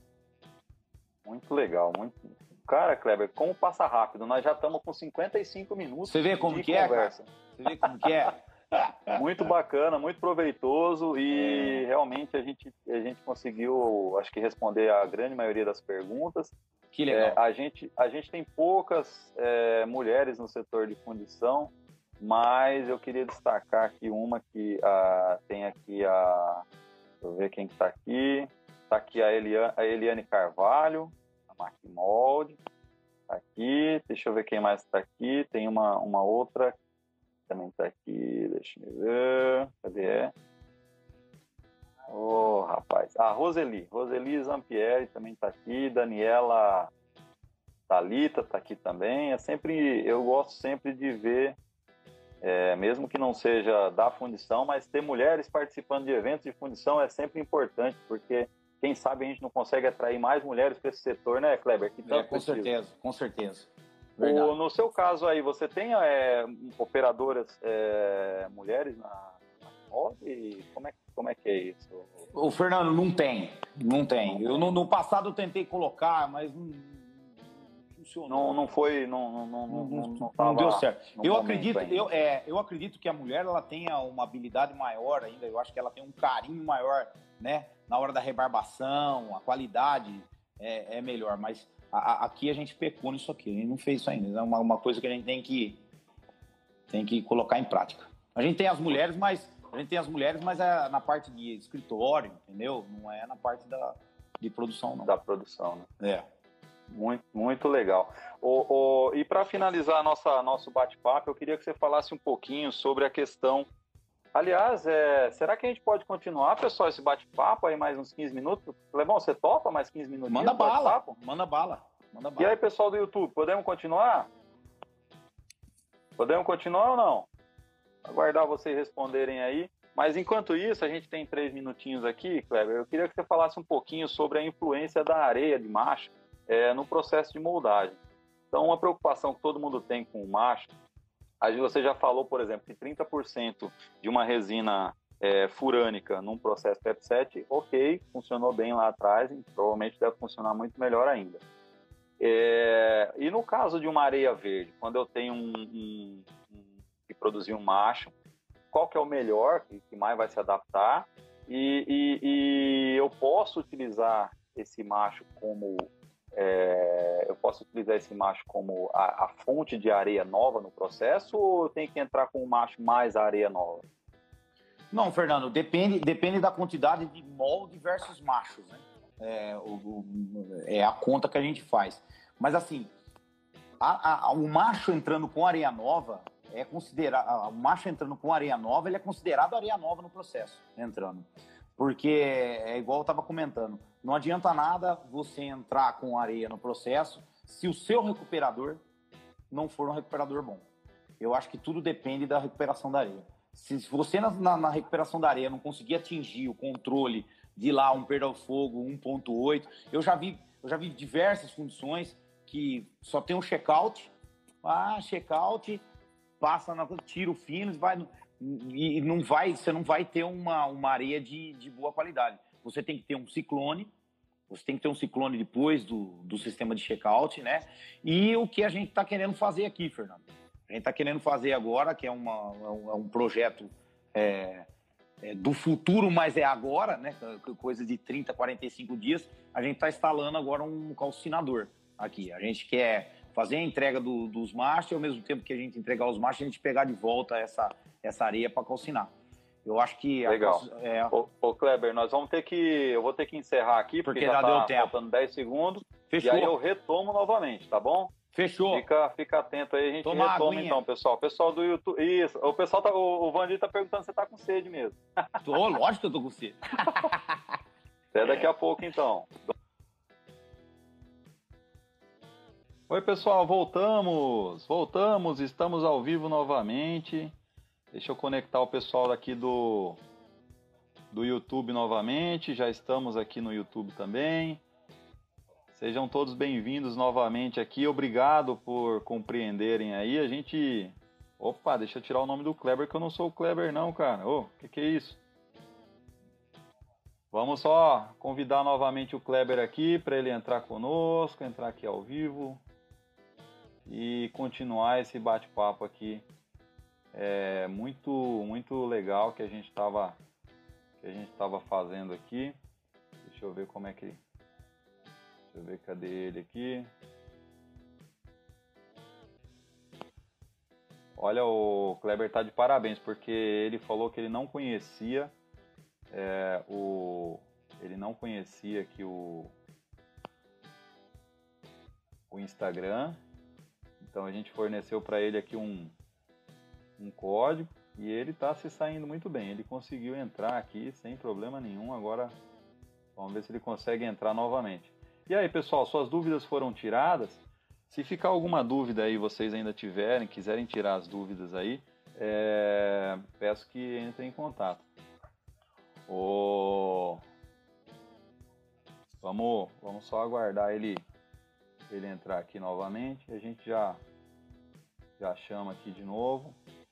Muito legal, muito. Cara, Kleber, como passa rápido, nós já estamos com cinquenta e cinco minutos. Você vê como de que conversa. é, cara? Você vê como que é? Muito bacana, muito proveitoso, e é. realmente a gente, a gente conseguiu, acho que, responder a grande maioria das perguntas. Que legal. É, a, gente, a gente tem poucas é, mulheres no setor de fundição, mas eu queria destacar aqui uma que a, tem aqui a... Deixa eu ver quem está aqui. Está aqui a Eliane, a Eliane Carvalho, a Macmold. Tá aqui, deixa eu ver quem mais está aqui. Tem uma, uma outra que também está aqui, deixa eu ver. Cadê? Ô, oh, rapaz. Ah, Roseli. Roseli Zampieri também está aqui. Daniela Thalita está aqui também. É sempre, eu gosto sempre de ver, é, mesmo que não seja da fundição, mas ter mulheres participando de eventos de fundição é sempre importante, porque quem sabe a gente não consegue atrair mais mulheres para esse setor, né, Kleber? Que tanto é, com precisa. certeza, com certeza. O, no seu caso aí, você tem é, operadoras é, mulheres na, na Mod? Como é, como é que é isso? O Fernando, não tem, não tem. Eu, no, no passado eu tentei colocar, mas não, não funcionou. Não, não foi, não, não, não, não, não, não, não, não deu certo. Eu acredito, ainda. eu, é, eu acredito que a mulher ela tenha uma habilidade maior ainda. Eu acho que ela tem um carinho maior, né? Na hora da rebarbação, a qualidade é, é melhor, mas a, a, aqui a gente pecou nisso aqui, a gente não fez isso ainda, é uma, uma coisa que a gente tem que, tem que colocar em prática. A gente tem as mulheres, mas a gente tem as mulheres, mas é na parte de escritório, entendeu? Não é na parte da, de produção, não. Da produção, né? É. Muito, muito legal. O, o, e para finalizar a nossa, nosso bate-papo, eu queria que você falasse um pouquinho sobre a questão. Aliás, é, será que a gente pode continuar, pessoal, esse bate-papo aí mais uns quinze minutos? Lebão, você topa mais quinze minutos? Manda bala, manda bala, manda bala. E aí, pessoal do YouTube, podemos continuar? Podemos continuar ou não? Aguardar vocês responderem aí. Mas enquanto isso, a gente tem três minutinhos aqui, Kleber. Eu queria que você falasse um pouquinho sobre a influência da areia de macho é, no processo de moldagem. Então, uma preocupação que todo mundo tem com o macho. Aí você já falou, por exemplo, que trinta por cento de uma resina é, furânica num processo P E P sete, ok, funcionou bem lá atrás, e provavelmente deve funcionar muito melhor ainda. É, e no caso de uma areia verde, quando eu tenho um, um, um que produzir um macho, qual que é o melhor, que, que mais vai se adaptar? E, e, e eu posso utilizar esse macho como... É, eu posso utilizar esse macho como a, a fonte de areia nova no processo, ou eu tenho que entrar com o macho mais a areia nova? Não, Fernando, depende, depende da quantidade de molde versus machos, né? É, o, o, é a conta que a gente faz. Mas assim, a, a, o macho entrando com areia nova é considerado, o macho entrando com areia nova, ele é considerado areia nova no processo, entrando. Porque é igual eu estava comentando, não adianta nada você entrar com areia no processo se o seu recuperador não for um recuperador bom. Eu acho que tudo depende da recuperação da areia. Se você na, na, na recuperação da areia não conseguir atingir o controle de lá um perda-fogo um ponto oito, eu já vi, eu já vi diversas fundições que só tem um check-out, ah, check-out, passa na tira o fino, vai e não vai, você não vai ter uma, uma areia de, de boa qualidade. Você tem que ter um ciclone, você tem que ter um ciclone depois do, do sistema de check-out, né? E o que a gente está querendo fazer aqui, Fernando? A gente está querendo fazer agora, que é, uma, é, um, é um projeto é, é, do futuro, mas é agora, né? Coisa de trinta, quarenta e cinco dias, a gente está instalando agora um calcinador aqui. A gente quer fazer a entrega do, dos machos e ao mesmo tempo que a gente entregar os machos, a gente pegar de volta essa, essa areia para calcinar. Eu acho que... Legal. A, é... ô, ô, Kleber, nós vamos ter que... Eu vou ter que encerrar aqui, porque, porque já, já tá deu tempo. Faltando dez segundos. Fechou. E aí eu retomo novamente, tá bom? Fechou. Fica, fica atento aí, a gente Toma retoma aguinha. Então, pessoal. Pessoal do YouTube... Isso, o pessoal tá... O, o Vandir tá perguntando se você tá com sede mesmo. Tô, lógico que eu tô com sede. Até daqui a pouco, então. Oi, pessoal, voltamos. Voltamos, estamos ao vivo novamente. Deixa eu conectar o pessoal aqui do, do YouTube novamente. Já estamos aqui no YouTube também. Sejam todos bem-vindos novamente aqui. Obrigado por compreenderem aí. A gente... Opa, deixa eu tirar o nome do Kleber, que eu não sou o Kleber não, cara. Ô, que que é isso? Vamos só convidar novamente o Kleber aqui para ele entrar conosco, entrar aqui ao vivo e continuar esse bate-papo aqui. É muito, muito legal que a gente estava que a gente estava fazendo aqui. Deixa eu ver como é que... Deixa eu ver, cadê ele aqui? Olha, o Kleber tá de parabéns, porque ele falou que ele não conhecia é, o... Ele não conhecia aqui o... o Instagram. Então a gente forneceu para ele aqui um... um código e ele está se saindo muito bem. Ele conseguiu entrar aqui sem problema nenhum. Agora vamos ver se ele consegue entrar novamente. E aí, pessoal, suas dúvidas foram tiradas? Se ficar alguma dúvida aí, vocês ainda tiverem, quiserem tirar as dúvidas aí, é... peço que entrem em contato. O... Vamos, vamos só aguardar ele, ele entrar aqui novamente. A gente já, já chama aqui de novo.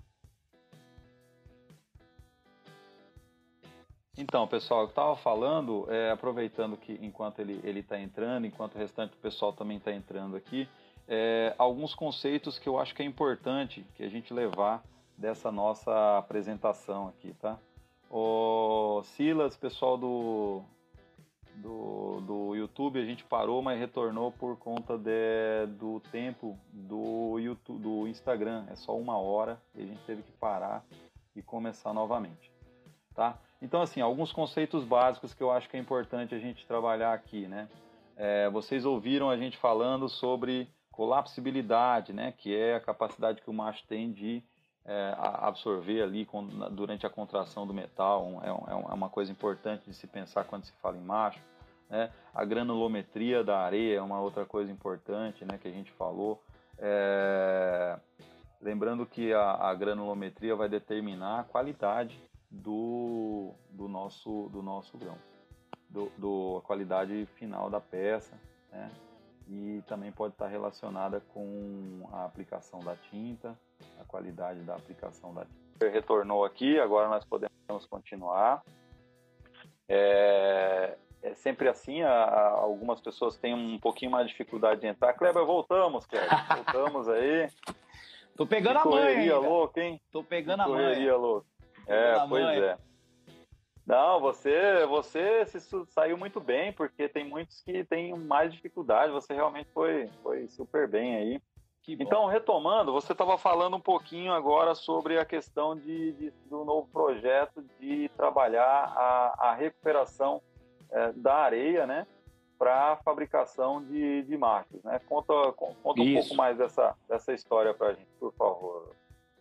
Então, pessoal, eu estava falando, é, aproveitando que enquanto ele está entrando, enquanto o restante do pessoal também está entrando aqui, é, alguns conceitos que eu acho que é importante que a gente levar dessa nossa apresentação aqui, tá? O Silas, pessoal do, do, do YouTube, a gente parou, mas retornou por conta de, do tempo do, YouTube, do Instagram. É só uma hora e a gente teve que parar e começar novamente, tá? Então, assim, alguns conceitos básicos que eu acho que é importante a gente trabalhar aqui, né? É, vocês ouviram a gente falando sobre colapsibilidade, né? Que é a capacidade que o macho tem de é, absorver ali com, durante a contração do metal. Um, é, um, é uma coisa importante de se pensar quando se fala em macho, né? A granulometria da areia é uma outra coisa importante, né? Que a gente falou. É, lembrando que a, a granulometria vai determinar a qualidade Do, do, nosso, do nosso grão, do, do, a qualidade final da peça, né? E também pode estar relacionada com a aplicação da tinta, a qualidade da aplicação da tinta. Retornou aqui, agora nós podemos continuar. É, é sempre assim, a, a, algumas pessoas têm um pouquinho mais de dificuldade de entrar. Kleber, voltamos, Kleber, voltamos aí. Tô pegando que a mãe correria ainda. louca, hein? Tô pegando que a mãe. Correria louca. É, pois mãe. é. Não, você, você se saiu muito bem, porque tem muitos que têm mais dificuldade. Você realmente foi, foi super bem aí. Então, retomando, você estava falando um pouquinho agora sobre a questão de, de, do novo projeto de trabalhar a, a recuperação é, da areia, né, para a fabricação de, de machos, né? Conta, conta um pouco mais dessa, dessa história para a gente, por favor.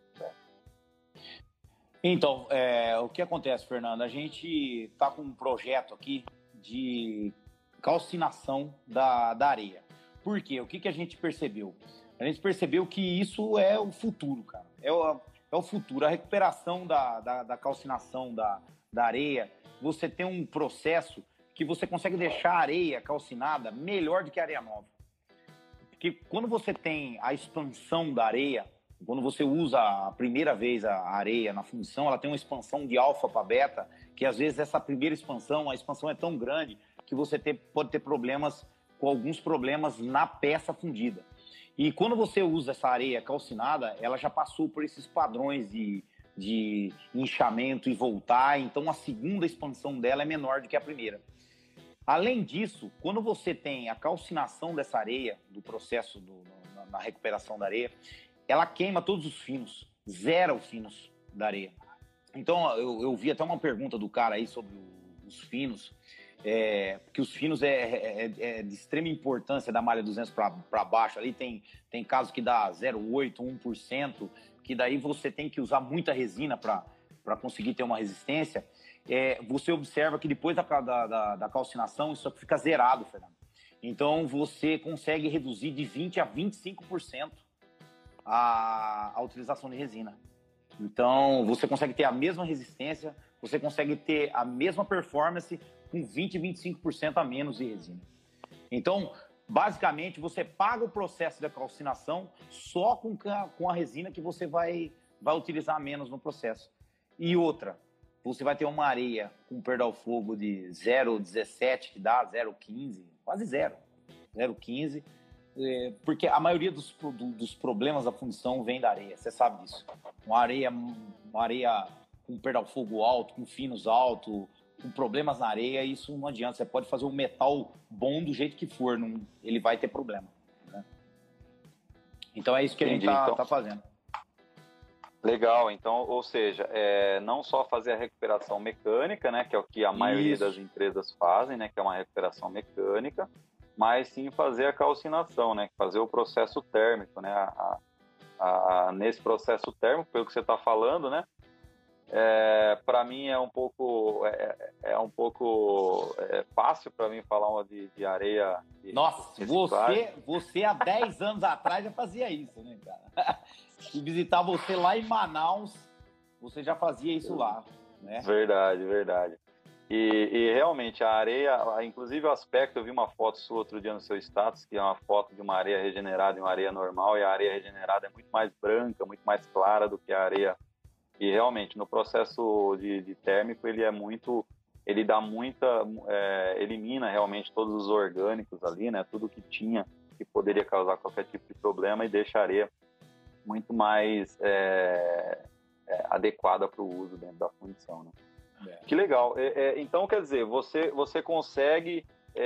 Então, é, o que acontece, Fernando? A gente está com um projeto aqui de calcinação da, da areia. Por quê? O que, que a gente percebeu? A gente percebeu que isso é o futuro, cara. É o, é o futuro. A recuperação da, da, da calcinação da, da areia, você tem um processo que você consegue deixar a areia calcinada melhor do que a areia nova. Porque quando você tem a expansão da areia, quando você usa a primeira vez a areia na fundição, ela tem uma expansão de alfa para beta, que às vezes essa primeira expansão, a expansão é tão grande que você ter, pode ter problemas, com alguns problemas na peça fundida. E quando você usa essa areia calcinada, ela já passou por esses padrões de, de inchamento e voltar, então a segunda expansão dela é menor do que a primeira. Além disso, quando você tem a calcinação dessa areia, do processo do, na, na recuperação da areia, ela queima todos os finos, zera os finos da areia. Então, eu, eu vi até uma pergunta do cara aí sobre o, os finos, é, que os finos é, é, é de extrema importância da malha duzentos para baixo. Ali tem, tem casos que dá zero vírgula oito, um por cento, que daí você tem que usar muita resina para conseguir ter uma resistência. É, você observa que depois da, da, da, da calcinação, isso aqui fica zerado, Fernando. Então, você consegue reduzir de vinte a vinte e cinco por cento a, a utilização de resina. Então, você consegue ter a mesma resistência, você consegue ter a mesma performance com vinte, vinte e cinco por cento a menos de resina. Então, basicamente, você paga o processo da calcinação só com a, com a resina que você vai, vai utilizar menos no processo. E outra, você vai ter uma areia com perdão-fogo de zero vírgula dezessete, que dá zero vírgula quinze, quase zero, zero vírgula quinze, é, porque a maioria dos, dos problemas da fundição vem da areia, você sabe disso. Uma areia, uma areia com perdão-fogo alto, com finos alto, com problemas na areia, isso não adianta. Você pode fazer um metal bom do jeito que for, não, ele vai ter problema. Né? Então é isso que Entendi, a gente está então... tá fazendo. Legal, então, ou seja, é, não só fazer a recuperação mecânica, né, que é o que a maioria Isso. das empresas fazem, né, que é uma recuperação mecânica, mas sim fazer a calcinação, né, fazer o processo térmico, né, a, a, a, nesse processo térmico, pelo que você está falando, né, é, para mim é um pouco, é, é um pouco é, fácil para mim falar de, de areia. De Nossa, você, você há dez anos atrás já fazia isso, né, cara? E visitar você lá em Manaus, você já fazia isso lá, né? Verdade, verdade. E, e realmente a areia, inclusive o aspecto, eu vi uma foto sua outro dia no seu status, que é uma foto de uma areia regenerada e uma areia normal, e a areia regenerada é muito mais branca, muito mais clara do que a areia. E realmente, no processo de, de térmico, ele é muito, ele dá muita, é, elimina realmente todos os orgânicos ali, né? Tudo que tinha que poderia causar qualquer tipo de problema e deixa a areia muito mais é, é, adequada para o uso dentro da fundição, né? É. Que legal. É, é, então, quer dizer, você, você consegue,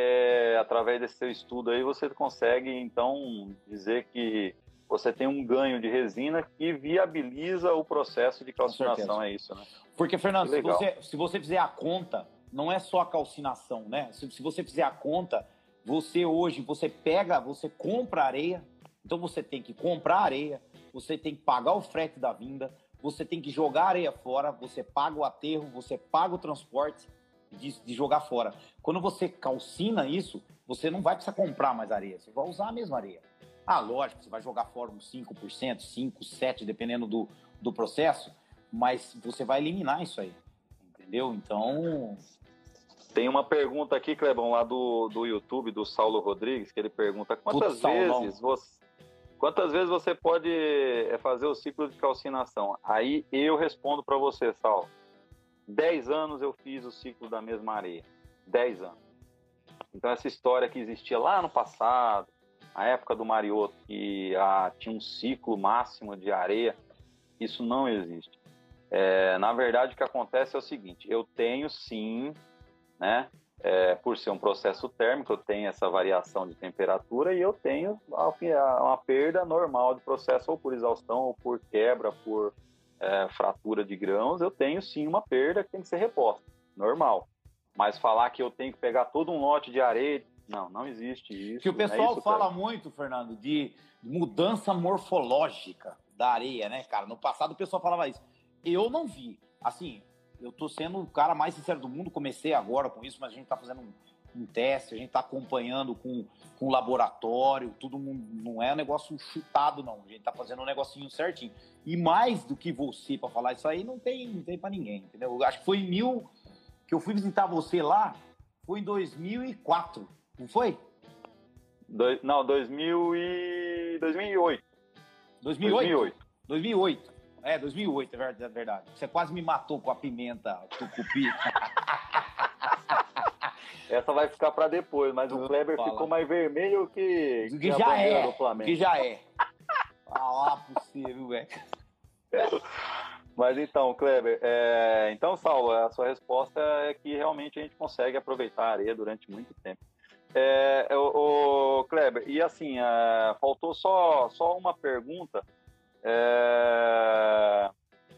é, através desse seu estudo aí, você consegue, então, dizer que você tem um ganho de resina que viabiliza o processo de calcinação, é isso, né? Porque, Fernando, se você, se você fizer a conta, não é só a calcinação, né? Se, se você fizer a conta, você hoje, você pega, você compra areia, então você tem que comprar areia, você tem que pagar o frete da vinda, você tem que jogar a areia fora, você paga o aterro, você paga o transporte de, de jogar fora. Quando você calcina isso, você não vai precisar comprar mais areia, você vai usar a mesma areia. Ah, lógico, você vai jogar fora uns cinco por cento, cinco por cento, sete por cento, dependendo do, do processo, mas você vai eliminar isso aí, entendeu? Então... Tem uma pergunta aqui, Clebão, lá do, do YouTube, do Saulo Rodrigues, que ele pergunta quantas Putz, vezes você... Quantas vezes você pode fazer o ciclo de calcinação? Aí eu respondo para você, Sal. Dez anos eu fiz o ciclo da mesma areia. Dez anos. Então essa história que existia lá no passado, a época do Mariotto, que ah, tinha um ciclo máximo de areia, isso não existe. É, na verdade, o que acontece é o seguinte, eu tenho sim, né? É, por ser um processo térmico, eu tenho essa variação de temperatura e eu tenho uma perda normal de processo, ou por exaustão, ou por quebra, por é, fratura de grãos, eu tenho sim uma perda que tem que ser reposta, normal. Mas falar que eu tenho que pegar todo um lote de areia, não, não existe isso. Que o pessoal é isso, fala cara. muito, Fernando, de mudança morfológica da areia, né, cara? No passado o pessoal falava isso. Eu não vi, assim... Eu tô sendo o cara mais sincero do mundo, comecei agora com isso, mas a gente tá fazendo um, um teste, a gente tá acompanhando com, com laboratório, tudo não é um negócio chutado, não. A gente tá fazendo um negocinho certinho. E mais do que você para falar isso aí, não tem, não tem para ninguém, entendeu? Eu acho que foi em mil, que eu fui visitar você lá, foi em dois mil e quatro, não foi? Dois, não, dois mil e... dois mil e oito. dois mil e oito? dois mil e oito. dois mil e oito. É, dois mil e oito, é verdade. Você quase me matou com a pimenta tucupi. Essa vai ficar para depois, mas o Kleber Fala. ficou mais vermelho que... Que, que já é, que já é. Ah, lá possível, velho. Mas então, Kleber, é... então, Saulo, a sua resposta é que realmente a gente consegue aproveitar a areia durante muito tempo. É, o, o Kleber, e assim, é... faltou só, só uma pergunta. É...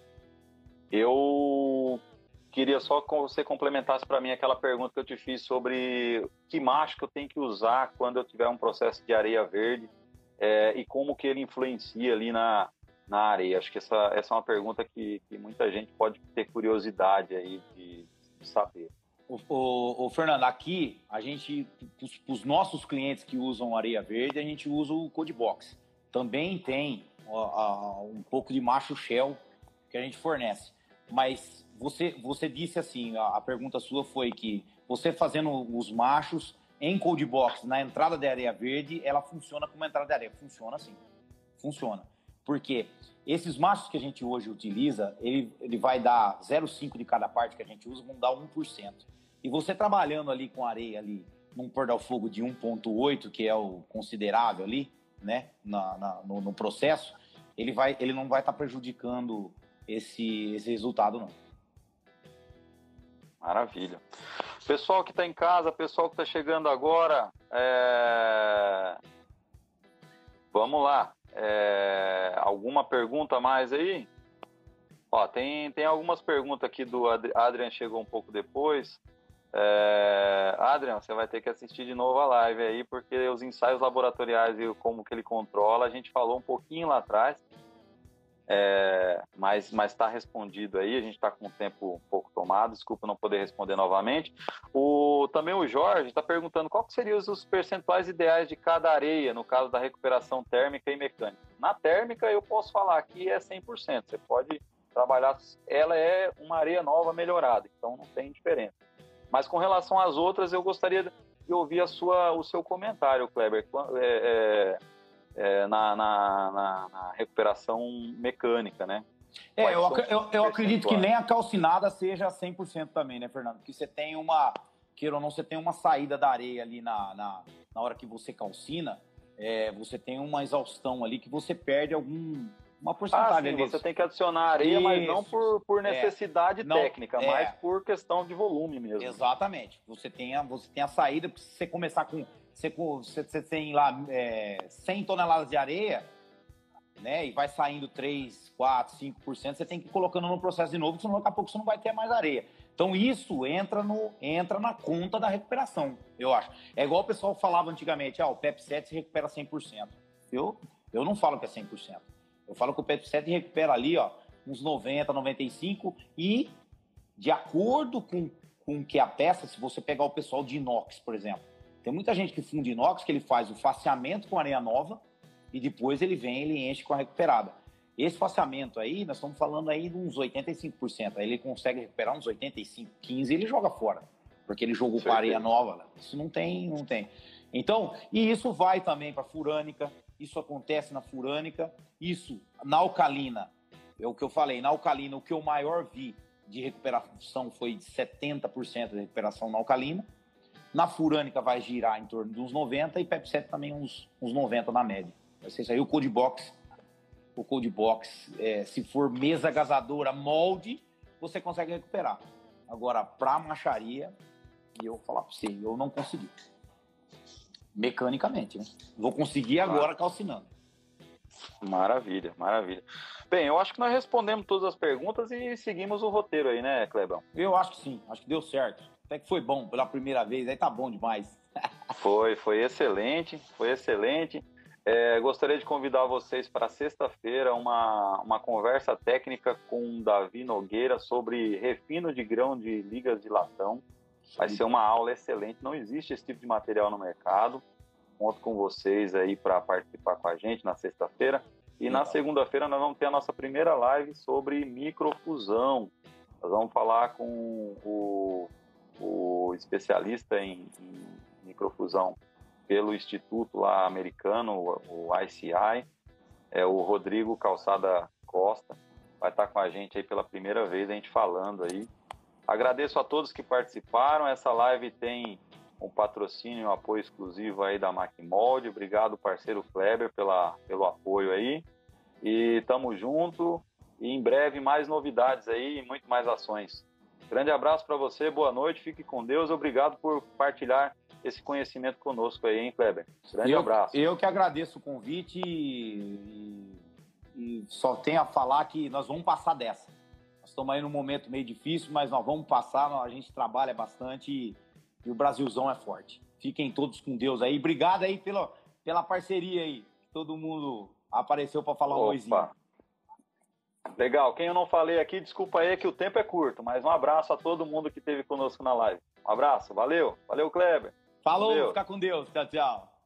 Eu queria só que você complementasse para mim aquela pergunta que eu te fiz sobre que macho que eu tenho que usar quando eu tiver um processo de areia verde, é... e como que ele influencia ali na na areia. Acho que essa, essa é uma pergunta que, que muita gente pode ter curiosidade aí de, de saber. O, o, o Fernando, aqui a gente, para os nossos clientes que usam areia verde, a gente usa o Code Box. Também tem ó, ó, um pouco de macho shell que a gente fornece. Mas você, você disse assim, a, a pergunta sua foi que você fazendo os machos em Code Box na entrada de areia verde, ela funciona como entrada de areia. Funciona sim, funciona. Porque esses machos que a gente hoje utiliza, ele, ele vai dar zero vírgula cinco de cada parte que a gente usa, vão dar um por cento. E você trabalhando ali com areia ali, num pôr-fogo de um ponto oito, que é o considerável ali, né, na, na, no, no processo, ele, vai, ele não vai estar tá prejudicando esse, esse resultado, não. Maravilha. Pessoal que está em casa, pessoal que está chegando agora, é... vamos lá. É, alguma pergunta a mais aí? Ó, tem, tem algumas perguntas aqui do Adri, Adrian, chegou um pouco depois. É, Adrian, você vai ter que assistir de novo a live aí, porque os ensaios laboratoriais e como que ele controla, a gente falou um pouquinho lá atrás, é, mas está respondido aí, a gente está com o tempo um pouco tomado, desculpa não poder responder novamente. O, também o Jorge está perguntando qual que seriam os percentuais ideais de cada areia, no caso da recuperação térmica e mecânica. Na térmica, eu posso falar que é cem por cento, você pode trabalhar, ela é uma areia nova melhorada, então não tem diferença. Mas com relação às outras, eu gostaria de ouvir a sua, o seu comentário, Kleber, é, é, É, na, na, na, na recuperação mecânica, né? É, eu, eu, eu acredito que nem a calcinada seja cem por cento também, né, Fernando? Porque você tem uma, queira ou não, você tem uma saída da areia ali na, na, na hora que você calcina, é, você tem uma exaustão ali que você perde algum, uma porcentagem. Ah, sim, você tem que adicionar areia, Isso. mas não por, por necessidade é, não, técnica, é, mas por questão de volume mesmo. Exatamente. Você tem a, você tem a saída, se você começar com... Você, você, você tem lá é, cem toneladas de areia, né, e vai saindo três, quatro, cinco por cento, você tem que ir colocando no processo de novo, senão daqui a pouco você não vai ter mais areia. Então isso entra, no, entra na conta da recuperação, eu acho. É igual o pessoal falava antigamente, ah, o P E P sete se recupera cem por cento. Eu, eu não falo que é cem por cento. Eu falo que o P E P sete recupera ali, ó, uns noventa, noventa e cinco, e de acordo com, com que a peça, se você pegar o pessoal de inox, por exemplo, tem muita gente que funde inox, que ele faz o faceamento com areia nova e depois ele vem, ele enche com a recuperada. Esse faceamento aí, nós estamos falando aí de uns oitenta e cinco por cento. Aí ele consegue recuperar uns oitenta e cinco, quinze, ele joga fora. Porque ele jogou com areia nova. Isso não tem, não tem. Então, e isso vai também para a furânica, isso acontece na furânica, isso na alcalina. É o que eu falei, na alcalina, o que eu maior vi de recuperação foi de setenta por cento de recuperação na alcalina. Na furânica vai girar em torno de uns noventa e P E P sete também uns, uns noventa na média. Vai ser isso aí. O Code Box, o Code Box, é, se for mesa gasadora, molde, você consegue recuperar. Agora, para macharia, eu vou falar para você, eu não consegui. Mecanicamente, né? Vou conseguir agora calcinando. Maravilha, maravilha. Bem, eu acho que nós respondemos todas as perguntas e seguimos o roteiro aí, né, Clebão? Eu acho que sim, acho que deu certo. Até que foi bom pela primeira vez, aí tá bom demais. Foi, foi excelente, foi excelente. É, gostaria de convidar vocês para sexta-feira uma, uma conversa técnica com o Davi Nogueira sobre refino de grão de ligas de latão. Vai ser uma aula excelente, não existe esse tipo de material no mercado. Conto com vocês aí para participar com a gente na sexta-feira. E Legal. Na segunda-feira nós vamos ter a nossa primeira live sobre microfusão. Nós vamos falar com o o especialista em, em microfusão pelo Instituto lá americano, o I C I, é o Rodrigo Calçada Costa, vai estar com a gente aí pela primeira vez, a gente falando aí. Agradeço a todos que participaram, essa live tem um patrocínio, um apoio exclusivo aí da Macmold, obrigado parceiro Kleber pela, pelo apoio aí, e tamo junto, e em breve mais novidades aí e muito mais ações. Grande abraço para você, boa noite, fique com Deus, obrigado por partilhar esse conhecimento conosco aí, hein, Kleber? Grande eu, abraço. Eu que agradeço o convite e, e só tenho a falar que nós vamos passar dessa. Nós estamos aí num momento meio difícil, mas nós vamos passar, a gente trabalha bastante e, e o Brasilzão é forte. Fiquem todos com Deus aí. Obrigado aí pela, pela parceria aí. Todo mundo apareceu para falar um oizinho. Legal. Quem eu não falei aqui, desculpa aí que o tempo é curto, mas um abraço a todo mundo que esteve conosco na live. Um abraço. Valeu. Valeu, Kleber. Falou. Fica com Deus. Tchau, tchau.